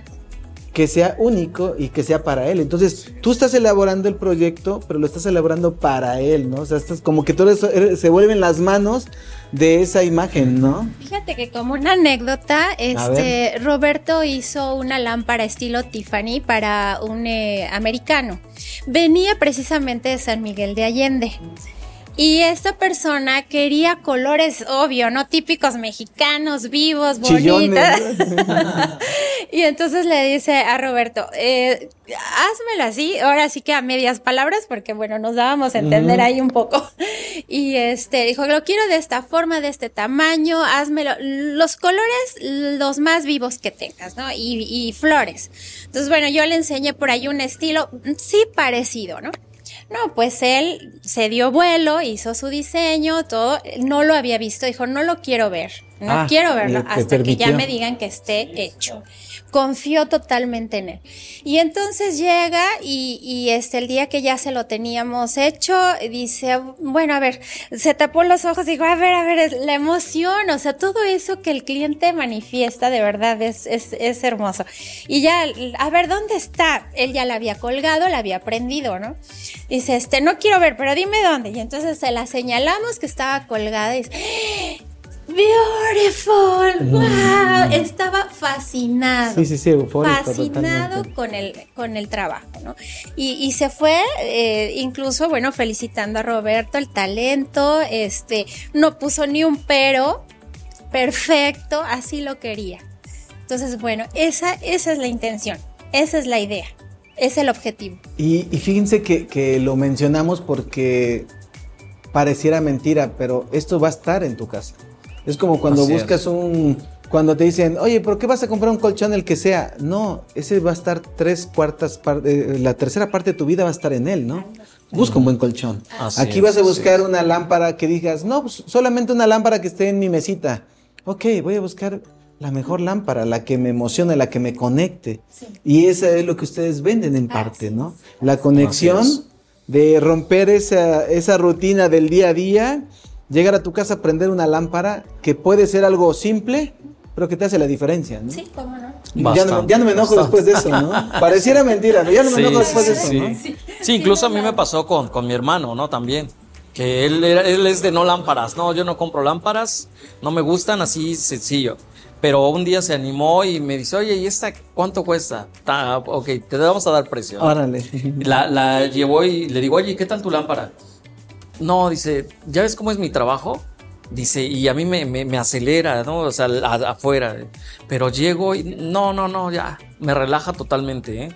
que sea único y que sea para él. Entonces, tú estás elaborando el proyecto, pero lo estás elaborando para él, ¿no? O sea, estás como que todo eso eres- se vuelven las manos de esa imagen, ¿no? Fíjate que como una anécdota, este ver. Roberto hizo una lámpara estilo Tiffany para un eh, americano. Venía precisamente de San Miguel de Allende. Y esta persona quería colores, obvio, ¿no? Típicos mexicanos, vivos, bonitos. Chillones. Y entonces le dice a Roberto, eh, házmelo así, ahora sí que a medias palabras, porque bueno, nos dábamos a entender ahí un poco. Y este, dijo, lo quiero de esta forma, de este tamaño, házmelo, los colores, los más vivos que tengas, ¿no? Y, y flores. Entonces, bueno, yo le enseñé por ahí un estilo, sí parecido, ¿no? No, pues él se dio vuelo, hizo su diseño, todo, no lo había visto, dijo, no lo quiero ver, no Ah, quiero verlo le- te hasta que ya permitió. me digan que esté hecho. Confió totalmente en él. Y entonces llega y, y este, el día que ya se lo teníamos hecho, dice, bueno, a ver, se tapó los ojos y dijo, a ver, a ver, la emoción, o sea, todo eso que el cliente manifiesta, de verdad, es, es, es hermoso. Y ya, a ver, ¿dónde está? Él ya la había colgado, la había prendido, ¿no? Dice, este, no quiero ver, pero dime dónde. Y entonces se la señalamos que estaba colgada y dice, beautiful, wow, estaba fascinado. Sí, sí, sí, eufórico, fascinado totalmente. con el con el trabajo, ¿no? Y, y se fue, eh, incluso, bueno, felicitando a Roberto el talento, este, no puso ni un pero, perfecto, así lo quería. Entonces, bueno, esa, esa es la intención, esa es la idea, es el objetivo. Y, y fíjense que, que lo mencionamos porque pareciera mentira, pero esto va a estar en tu casa. Es como cuando Así buscas es. un... Cuando te dicen, oye, ¿por qué vas a comprar un colchón el que sea? No, ese va a estar tres cuartas partes, la tercera parte de tu vida va a estar en él, ¿no? Busca un buen colchón. Así Aquí es, vas a así buscar es. una lámpara que digas, no, pues, solamente una lámpara que esté en mi mesita. Ok, voy a buscar la mejor lámpara, la que me emocione, la que me conecte. Y eso es lo que ustedes venden en parte, ¿no? La conexión Así es. de romper esa, esa rutina del día a día, llegar a tu casa, prender una lámpara que puede ser algo simple, pero que te hace la diferencia, ¿no? Sí, cómo no. Ya no, Bastante, ya no me enojo bastante. después de eso, ¿no? Pareciera mentira, pero ya no me Sí, enojo después sí, de eso, sí. ¿no? Sí, sí, incluso a mí me pasó con, con mi hermano, ¿no? También. Que él, era- él es de no lámparas. No, yo no compro lámparas, no me gustan, así sencillo. Pero un día se animó y me dice, oye, ¿y esta cuánto cuesta? Ta- ok, te vamos a dar precio. Órale. La, la llevó y le digo, oye, ¿qué tal tu lámpara? No, dice, ¿ya ves cómo es mi trabajo? Dice, y a mí me, me, me acelera, ¿no? O sea, a- afuera. Pero llego y no, no, no, ya, me relaja totalmente, ¿eh?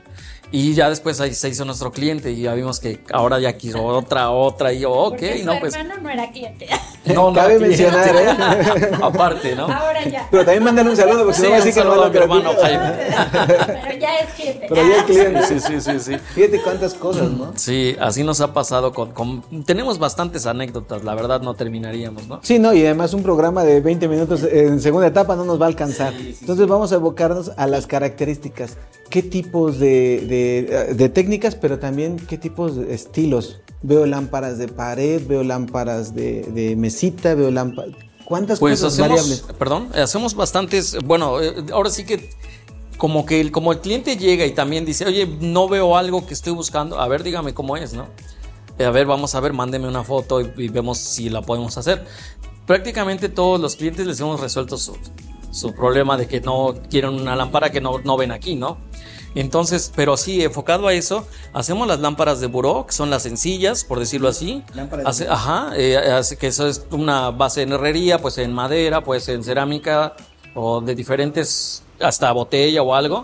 Y ya después ahí se hizo nuestro cliente y ya vimos que ahora ya quiso otra, otra y yo, ok, Porque no, su pues. hermano no era cliente. No, no cabe era cliente. mencionar, ¿eh? Aparte, ¿no? Ahora ya. Pero también mándale un saludo, porque Sí, si no va a un decir que saludo no a lo mi hermano permite. Jaime. Pero ya es cliente. Pero ya es cliente. Sí, sí, sí, sí. Fíjate cuántas cosas, ¿no? Sí, así nos ha pasado con, con. Tenemos bastantes anécdotas, la verdad no terminaríamos, ¿no? Sí, no, y además un programa de veinte minutos en segunda etapa no nos va a alcanzar. Entonces vamos a evocarnos a las características. ¿Qué tipos de, de, de técnicas, pero también qué tipos de estilos? Veo lámparas de pared, veo lámparas de, de mesita, veo lámparas... ¿Cuántas Pues cosas hacemos, variables? perdón, hacemos bastantes, bueno, eh, ahora sí que como que el, como el cliente llega y también dice, oye, no veo algo que estoy buscando, a ver, dígame cómo es, ¿no? Eh, a ver, vamos a ver, mándeme una foto y, y vemos si la podemos hacer. Prácticamente todos los clientes les hemos resuelto su, su problema de que no quieren una lámpara que no, no ven aquí, ¿no? Entonces, pero sí, enfocado a eso, hacemos las lámparas de buró, que son las sencillas, por decirlo así. Lámparas de Hace, buró. ajá, eh, hace que eso es una base en herrería, pues en madera, pues en cerámica o de diferentes, hasta botella o algo.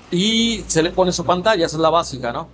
Y se le pone su pantalla, esa es la básica, ¿no?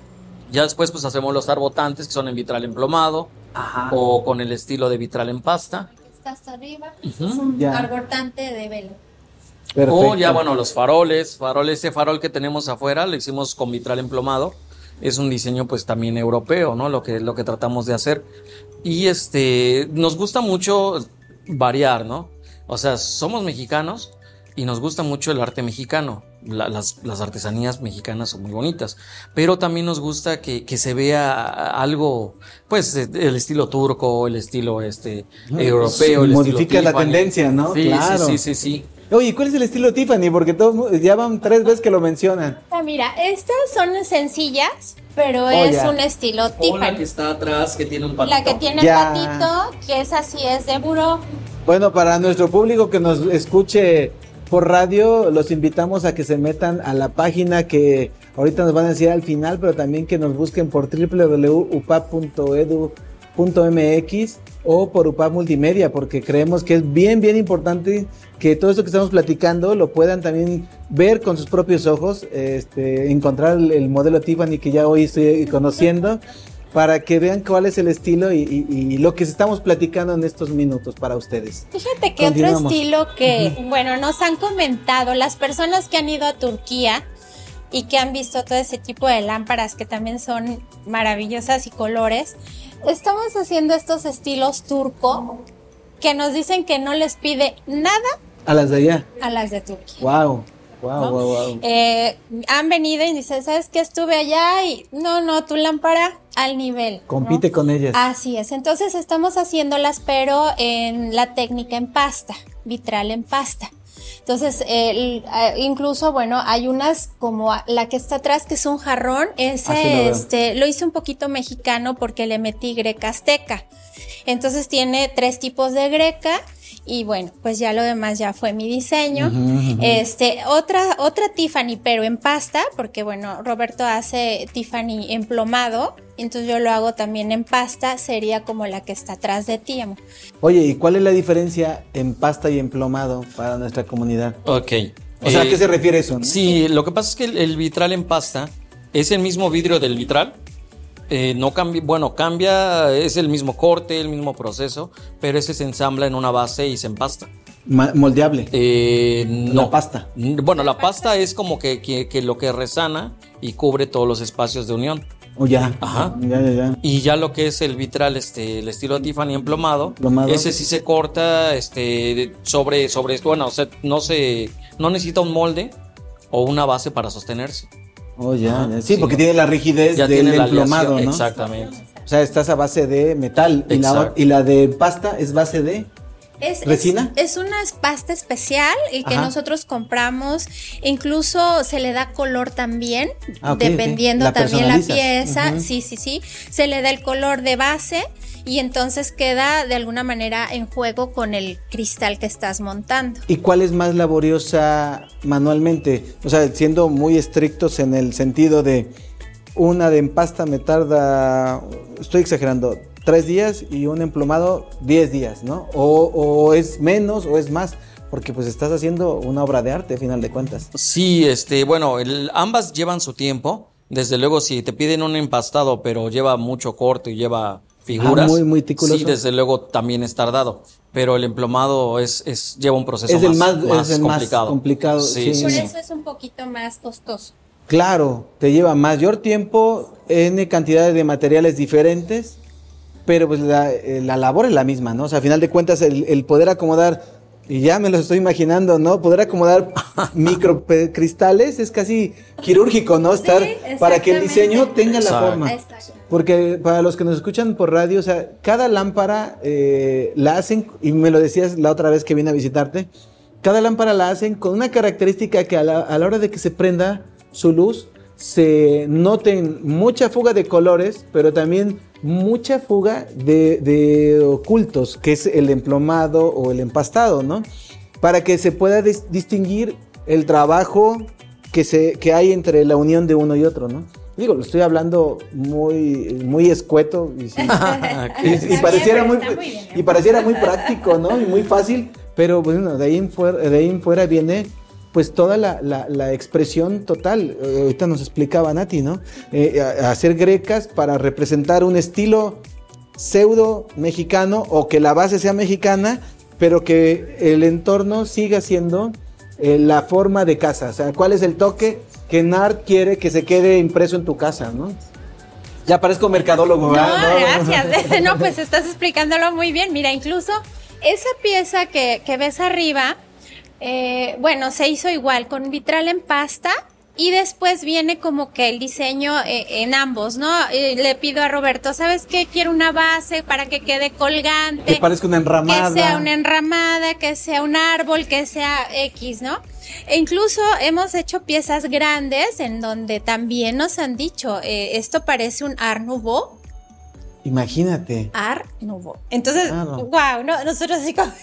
Ya después pues hacemos los arbotantes que son en vitral emplomado. Ajá. O con el estilo de vitral en pasta. Está hasta arriba. Uh-huh. Es un Ya. arbotante de velo. Perfecto. O ya, bueno, los faroles, farol, ese farol que tenemos afuera, lo hicimos con vitral emplomado. Es un diseño pues también europeo, ¿no? Lo que, lo que tratamos de hacer. Y este, nos gusta mucho variar, ¿no? O sea, somos mexicanos y nos gusta mucho el arte mexicano. La, las, las artesanías mexicanas son muy bonitas, pero también nos gusta que, que se vea algo, pues el estilo turco, el estilo este europeo, el Modifica estilo la Tiffany. tendencia, ¿no? Sí, Claro. sí, sí, sí, sí. Oye, ¿cuál es el estilo Tiffany? Porque todo, ya van tres veces que lo mencionan. Ah, mira, estas son sencillas, pero Oh, es ya. un estilo O la que Tiffany. está atrás, que tiene un patito. La que tiene Ya. el patito, que es así, es de buró. Bueno, para nuestro público que nos escuche por radio, los invitamos a que se metan a la página que ahorita nos van a decir al final, pero también que nos busquen por doble u doble u doble u punto u p a p punto e d u punto m x o por U P A P Multimedia, porque creemos que es bien, bien importante que todo esto que estamos platicando lo puedan también ver con sus propios ojos, este, encontrar el, el modelo Tiffany que ya hoy estoy conociendo, para que vean cuál es el estilo y, y, y lo que estamos platicando en estos minutos para ustedes. Fíjate que otro Continuamos. estilo que, bueno, nos han comentado las personas que han ido a Turquía y que han visto todo ese tipo de lámparas que también son maravillosas y colores. Estamos haciendo estos estilos turco que nos dicen que no les pide nada A las de allá. a las de Turquía. Wow, wow, ¿No? wow, wow. Eh, han venido y dicen, ¿sabes qué? Estuve allá y no, no, tu lámpara al nivel. ¿no? Compite con ellas. Así es, entonces estamos haciéndolas, pero en la técnica en pasta, vitral en pasta. Entonces, eh, incluso, bueno, hay unas como la que está atrás, que es un jarrón. Ese, Así lo veo. este, lo hice un poquito mexicano porque le metí greca azteca. Entonces tiene tres tipos de greca. Y bueno, pues ya lo demás ya fue mi diseño. Ujú, ujú. Este, otra, otra Tiffany, pero en pasta, porque bueno, Roberto hace Tiffany emplomado, entonces yo lo hago también en pasta, sería como la que está atrás de ti, amor. Oye, ¿y cuál es la diferencia en pasta y emplomado para nuestra comunidad? Ok. O sea, ¿a Eh, qué se refiere eso? ¿no? Sí, lo que pasa es que el, el vitral en pasta es el mismo vidrio del vitral. Eh, no cambia, bueno, cambia, es el mismo corte, el mismo proceso, pero ese se ensambla en una base y se empasta. Ma- moldeable. Eh, no. La pasta. Bueno, la pasta es como que, que, que lo que resana y cubre todos los espacios de unión. O ya. Ajá. Ya, ya, ya. Y ya lo que es el vitral, este, el estilo Tiffany emplomado, Emplomado. ese sí se corta, este, sobre, sobre, bueno, o sea, no se, no necesita un molde o una base para sostenerse. Oh, ya, Ajá, ya. Sí, sí. porque tiene la rigidez Ya del tiene la emplomado, aleación, ¿no? exactamente. O sea, estás a base de metal. Y la, Exacto. y la de pasta es base de... Es, ¿Resina? Es, es una pasta especial y que Ajá. nosotros compramos, incluso se le da color también, Ah, ok, dependiendo ok. La también la personalizas. pieza, Ujú. sí, sí, sí, se le da el color de base y entonces queda de alguna manera en juego con el cristal que estás montando. ¿Y cuál es más laboriosa manualmente? O sea, siendo muy estrictos en el sentido de una de empasta me tarda, estoy exagerando, tres días y un emplomado diez días, ¿no? O, o es menos o es más, porque pues estás haciendo una obra de arte, a final de cuentas. Sí, este, bueno, el- ambas llevan su tiempo, Desde luego, si te piden un empastado, pero lleva mucho corte y lleva figuras, ah, muy, muy ticuloso. Sí, desde luego también es tardado. Pero el emplomado es, es lleva un proceso es más, el más, más es el complicado. Más complicado. Sí, sí, Por sí. eso es un poquito más costoso. Claro, te lleva mayor tiempo, N cantidades de materiales diferentes, pero pues la, la labor es la misma, ¿no? O sea, a final de cuentas, el, el poder acomodar, y ya me lo estoy imaginando, ¿no? Poder acomodar microcristales es casi quirúrgico, ¿no? Estar Sí, para que el diseño tenga la Exacto. forma. Exacto. Porque para los que nos escuchan por radio, o sea, cada lámpara eh, la hacen, y me lo decías la otra vez que vine a visitarte, cada lámpara la hacen con una característica que a la, a la hora de que se prenda su luz, se noten mucha fuga de colores, pero también mucha fuga de, de ocultos, que es el emplomado o el empastado, ¿no? Para que se pueda dis- distinguir el trabajo que, se, que hay entre la unión de uno y otro, ¿no? Digo, lo estoy hablando muy, muy escueto y, sí, y, y pareciera muy, y pareciera muy práctico, ¿no? Y muy fácil, pero bueno, de ahí en fuera, de ahí en fuera viene pues toda la, la, la expresión total. Eh, ahorita nos explicaba Nati, ¿no? Eh, a, a hacer grecas para representar un estilo pseudo mexicano o que la base sea mexicana, pero que el entorno siga siendo eh, la forma de casa. O sea, ¿cuál es el toque que Nart quiere que se quede impreso en tu casa, ¿no? Ya parezco mercadólogo, No, ¿verdad? gracias. No, pues estás explicándolo muy bien. Mira, incluso esa pieza que, que ves arriba, eh, bueno, se hizo igual con vitral en pasta y después viene como que el diseño eh, en ambos, ¿no? Eh, le pido a Roberto, ¿sabes qué? Quiero una base para que quede colgante. Que parezca una enramada. Que sea una enramada, que sea un árbol, que sea X, ¿no? E incluso hemos hecho piezas grandes en donde también nos han dicho, eh, esto parece un Art Nouveau. Imagínate. Art Nouveau. Entonces, Claro. wow, no, nosotros así como...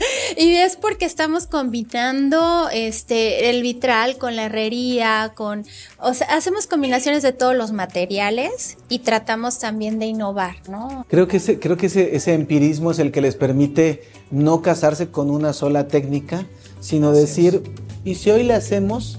Y es porque estamos combinando este el vitral con la herrería, con... O sea, hacemos combinaciones de todos los materiales y tratamos también de innovar, ¿no? Creo que ese, creo que ese, ese empirismo es el que les permite no casarse con una sola técnica, sino decir, ¿y si hoy le hacemos?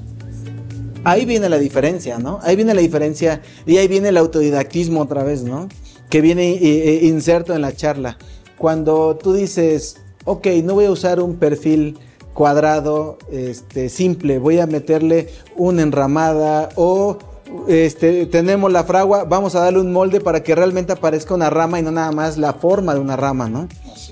Ahí viene la diferencia, ¿no? Ahí viene la diferencia y ahí viene el autodidactismo otra vez, ¿no? Que viene eh, inserto en la charla. Cuando tú dices, ok, no voy a usar un perfil cuadrado, este, simple, voy a meterle una enramada o este, tenemos la fragua, vamos a darle un molde para que realmente aparezca una rama y no nada más la forma de una rama, ¿no?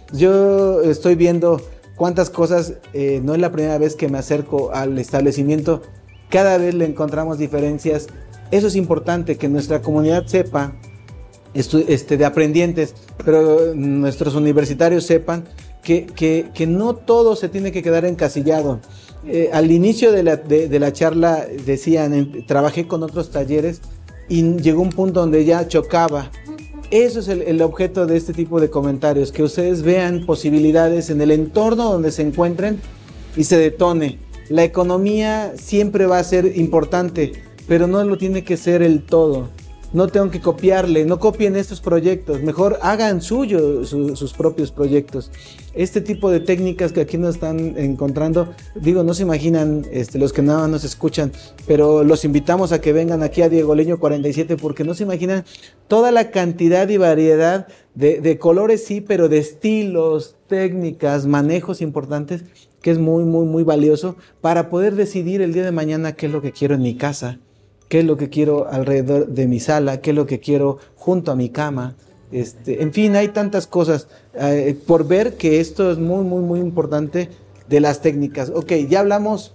Yo estoy viendo cuántas cosas, eh, no es la primera vez que me acerco al establecimiento, cada vez le encontramos diferencias. Eso es importante, que nuestra comunidad sepa, estu- este, de aprendientes, pero nuestros universitarios sepan que, que, que no todo se tiene que quedar encasillado. Eh, al inicio de la, de, de la charla decían, en, trabajé con otros talleres y llegó un punto donde ya chocaba. Eso es el, el objeto de este tipo de comentarios, que ustedes vean posibilidades en el entorno donde se encuentren y se detone. La economía siempre va a ser importante, pero no lo tiene que ser el todo. No tengo que copiarle, no copien estos proyectos, mejor hagan suyo su, sus propios proyectos. Este tipo de técnicas que aquí nos están encontrando, digo, no se imaginan este, los que nada nos escuchan, pero los invitamos a que vengan aquí a Diego Leño cuarenta y siete porque no se imaginan toda la cantidad y variedad de, de colores, sí, pero de estilos, técnicas, manejos importantes, que es muy, muy, muy valioso para poder decidir el día de mañana qué es lo que quiero en mi casa, qué es lo que quiero alrededor de mi sala, qué es lo que quiero junto a mi cama. Este, en fin, hay tantas cosas eh, por ver, que esto es muy, muy, muy importante de las técnicas. Ok, ya hablamos,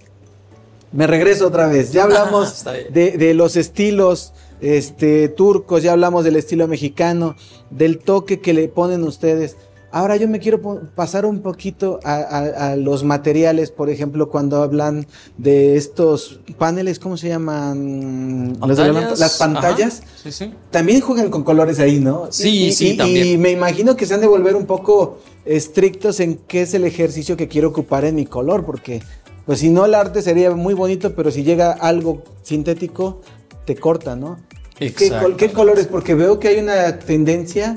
me regreso otra vez, ya hablamos de, de los estilos este, turcos, ya hablamos del estilo mexicano, del toque que le ponen ustedes. Ahora yo me quiero pasar un poquito a, a, a los materiales, por ejemplo, cuando hablan de estos paneles, ¿cómo se llaman? Pantallas. Las pantallas. Sí, sí. También juegan con colores ahí, ¿no? Sí, y, sí, y, también. Y me imagino que se han de volver un poco estrictos en qué es el ejercicio que quiero ocupar en mi color, porque pues si no el arte sería muy bonito, pero si llega algo sintético, te corta, ¿no? ¿Qué, ¿Qué colores? Porque veo que hay una tendencia,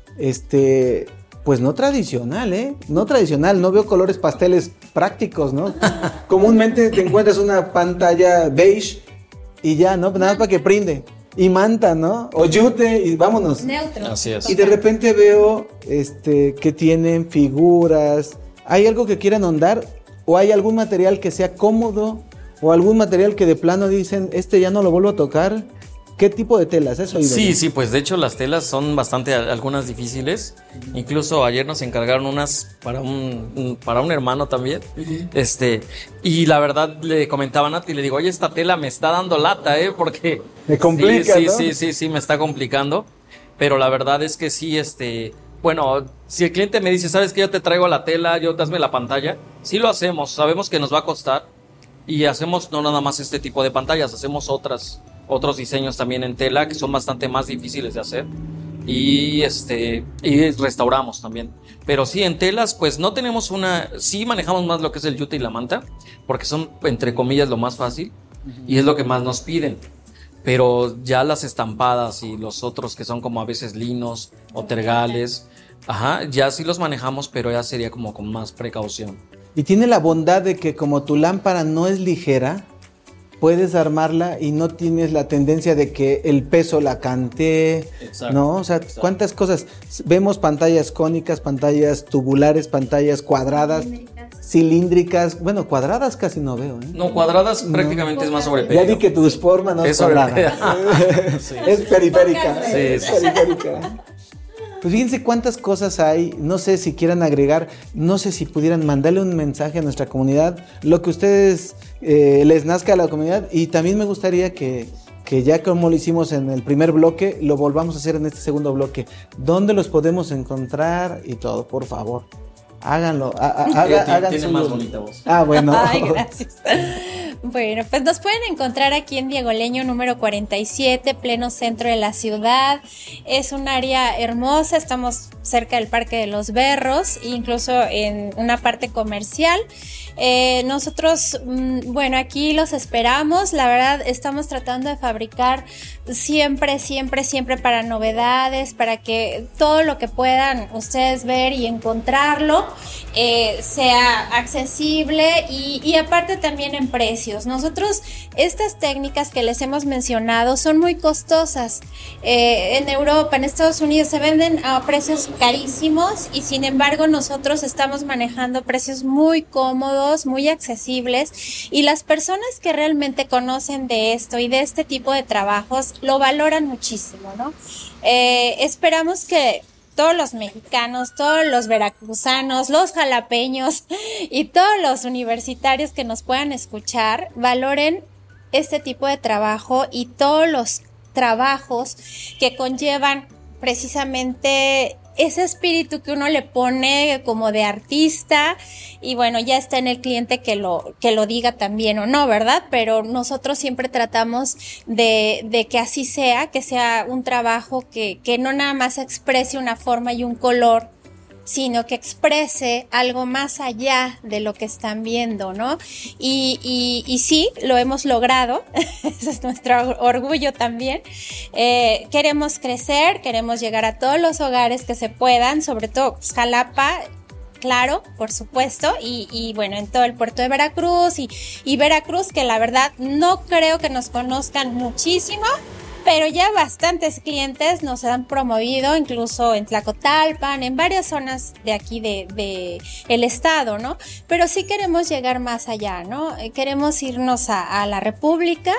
este... pues no tradicional, ¿eh? No tradicional, no veo colores pasteles prácticos, ¿no? Comúnmente te encuentras una pantalla beige y ya, ¿no? Nada para que prinde. y manta, ¿no? O yute y vámonos. Neutro. Así es. Y de repente veo este, que tienen figuras. ¿Hay algo que quieran ahondar? ¿O hay algún material que sea cómodo? ¿O algún material que de plano dicen, este ya no lo vuelvo a tocar? ¿Qué tipo de telas? ¿Eso oído? Sí, sí, pues de hecho las telas son bastante, algunas difíciles. Uh-huh. Incluso ayer nos encargaron unas para un, un para un hermano también. Uh-huh. Este, y la verdad le comentaba a Nati, le digo, oye, esta tela me está dando lata, ¿eh? Porque me complica, sí, ¿no? sí, sí, sí, sí, me está complicando. Pero la verdad es que sí, este, bueno, si el cliente me dice, ¿sabes qué? Yo te traigo la tela, yo hazme la pantalla. Sí lo hacemos, sabemos que nos va a costar. Y hacemos no nada más este tipo de pantallas, hacemos otras... otros diseños también en tela que son bastante más difíciles de hacer y este y restauramos también, pero sí en telas pues no tenemos una, sí manejamos más lo que es el yute y la manta porque son entre comillas lo más fácil uh-huh. y es lo que más nos piden, pero ya las estampadas y los otros que son como a veces linos o tergales, ajá, ya sí los manejamos, pero ya sería como con más precaución. Y tiene la bondad de que como tu lámpara no es ligera, puedes armarla y no tienes la tendencia de que el peso la cantee, exacto, ¿no? O sea, exacto. ¿Cuántas cosas? Vemos pantallas cónicas, pantallas tubulares, pantallas cuadradas, cilíndricas, cilíndricas. Bueno, cuadradas casi no veo, ¿eh? No, cuadradas no. Prácticamente es más sobrepedido. Ya vi que tu forma no es, es cuadrada. Sí. Es periférica. Sí, es sí. periférica. Pues fíjense cuántas cosas hay, no sé si quieran agregar, no sé si pudieran mandarle un mensaje a nuestra comunidad, lo que ustedes eh, les nazca a la comunidad, y también me gustaría que, que ya como lo hicimos en el primer bloque, lo volvamos a hacer en este segundo bloque. ¿Dónde los podemos encontrar y todo? Por favor, háganlo. Haga, Tiene más bonita voz. Ah, bueno. Ay, gracias. Bueno, pues nos pueden encontrar aquí en Diego Leño número cuarenta y siete, pleno centro de la ciudad. Es un área hermosa, estamos cerca del Parque de los Berros, incluso en una parte comercial. Eh, nosotros, bueno, aquí los esperamos. La verdad, estamos tratando de fabricar siempre, siempre, siempre para novedades, para que todo lo que puedan ustedes ver y encontrarlo eh, sea accesible y, y aparte también en precio. Nosotros, estas técnicas que les hemos mencionado son muy costosas. Eh, en Europa, en Estados Unidos se venden a precios carísimos y sin embargo nosotros estamos manejando precios muy cómodos, muy accesibles, y las personas que realmente conocen de esto y de este tipo de trabajos lo valoran muchísimo, ¿no? Eh, esperamos que todos los mexicanos, todos los veracruzanos, los jalapeños y todos los universitarios que nos puedan escuchar valoren este tipo de trabajo y todos los trabajos que conllevan precisamente ese espíritu que uno le pone como de artista, y bueno, ya está en el cliente que lo, que lo diga también o no, ¿verdad? Pero nosotros siempre tratamos de, de que así sea, que sea un trabajo que, que no nada más exprese una forma y un color, sino que exprese algo más allá de lo que están viendo, ¿no? Y, y, y sí, lo hemos logrado, ese es nuestro orgullo también. Eh, queremos crecer, queremos llegar a todos los hogares que se puedan, sobre todo pues, Jalapa, claro, por supuesto, y, y bueno, en todo el puerto de Veracruz y, y Veracruz, que la verdad no creo que nos conozcan muchísimo, pero ya bastantes clientes nos han promovido, incluso en Tlacotalpan, en varias zonas de aquí de, de el estado, ¿no? Pero sí queremos llegar más allá, ¿no? Queremos irnos a, a la República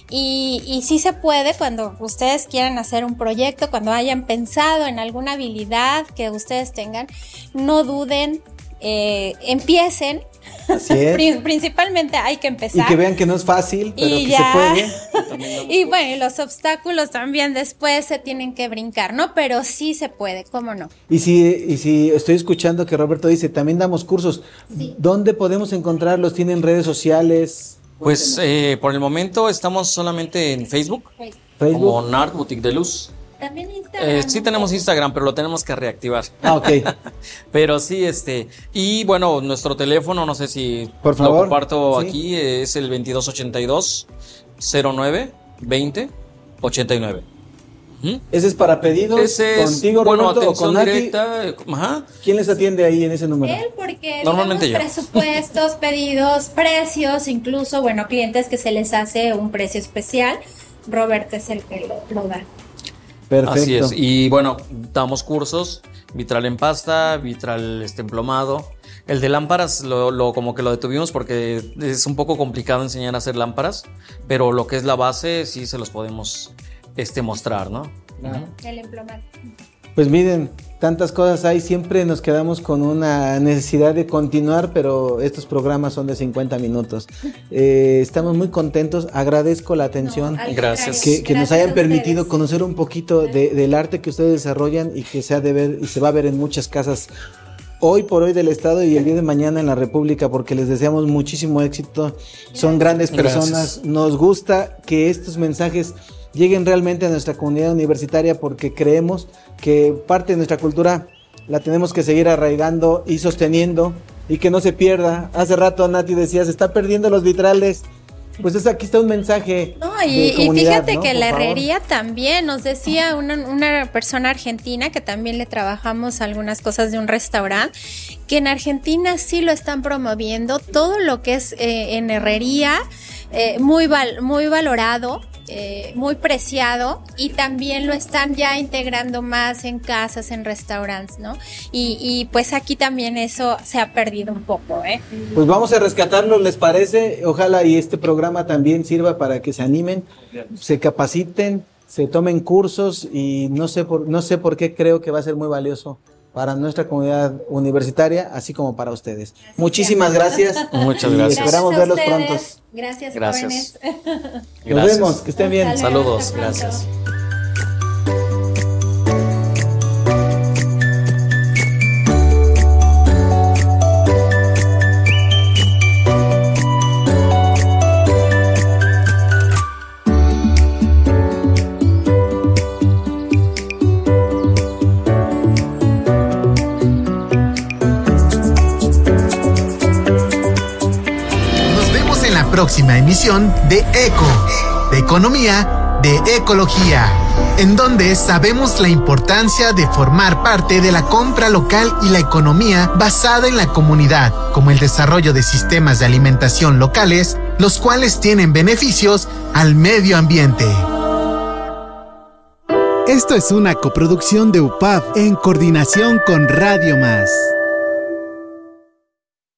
y, y sí se puede cuando ustedes quieran hacer un proyecto, cuando hayan pensado en alguna habilidad que ustedes tengan, no duden, eh, empiecen. Así es. Principalmente hay que empezar. Y que vean que no es fácil, pero y que ya. se puede. Y bueno, y los obstáculos también después se tienen que brincar, ¿no? Pero sí se puede, ¿cómo no? Y si, y si estoy escuchando que Roberto dice, también damos cursos. Sí. ¿Dónde podemos encontrarlos? ¿Tienen redes sociales? Pues eh, por el momento estamos solamente en Facebook, Facebook. Como Nart Boutique de Luz. También Instagram. Eh, sí tenemos Instagram, pero lo tenemos que reactivar. Ah, ok. Pero sí, este, y bueno, nuestro teléfono, no sé si por favor, lo comparto ¿sí? aquí, es el veintidós ochenta y dos cero nueve veinte ochenta y nueve. ¿Mm? ¿Ese es para pedidos? Ese es, ¿contigo, bueno, Roberto, o con Nati? Directa, ajá. ¿Quién les atiende ahí en ese número? Él, porque normalmente yo. Presupuestos, pedidos, precios, incluso, bueno, clientes que se les hace un precio especial. Roberto es el que lo, lo da. Perfecto. Así es. Y bueno, damos cursos, vitral en pasta, vitral este emplomado. El de lámparas lo, lo como que lo detuvimos porque es un poco complicado enseñar a hacer lámparas, pero lo que es la base sí se los podemos este mostrar, ¿no? Claro. El emplomado. Pues miren, tantas cosas hay, siempre nos quedamos con una necesidad de continuar, pero estos programas son de cincuenta minutos. Eh, estamos muy contentos, agradezco la atención. No, Gracias. Que, que Gracias nos hayan a permitido ustedes. conocer un poquito de, del arte que ustedes desarrollan y que se ha de ver y se va a ver en muchas casas hoy por hoy del estado y el día de mañana en la República, porque les deseamos muchísimo éxito. Son grandes personas. Gracias. Nos gusta que estos mensajes lleguen realmente a nuestra comunidad universitaria, porque creemos que parte de nuestra cultura la tenemos que seguir arraigando y sosteniendo y que no se pierda. Hace rato Nati decía, se está perdiendo los vitrales. Pues es, aquí está un mensaje. No, de y, y comunidad, fíjate ¿no? que Por la favor. herrería también, nos decía una, una persona argentina que también le trabajamos algunas cosas de un restaurante, que en Argentina sí lo están promoviendo, todo lo que es eh, en herrería, eh, muy, val, muy valorado. Eh, muy preciado, y también lo están ya integrando más en casas, en restaurantes, ¿no? Y, y pues aquí también eso se ha perdido un poco, ¿eh? Pues vamos a rescatarlo, ¿les parece? Ojalá y este programa también sirva para que se animen, se capaciten, se tomen cursos, y no sé por, no sé por qué creo que va a ser muy valioso para nuestra comunidad universitaria, así como para ustedes. Gracias. Muchísimas gracias. Muchas y gracias. Esperamos Gracias verlos ustedes. pronto. Gracias, Gracias. jóvenes. Nos Gracias. vemos, que estén bien. Hasta luego, Saludos, hasta pronto. gracias. Nos vemos en la próxima emisión de Eco, de economía, de ecología, en donde sabemos la importancia de formar parte de la compra local y la economía basada en la comunidad, como el desarrollo de sistemas de alimentación locales, los cuales tienen beneficios al medio ambiente. Esto es una coproducción de U P A V en coordinación con Radio Más.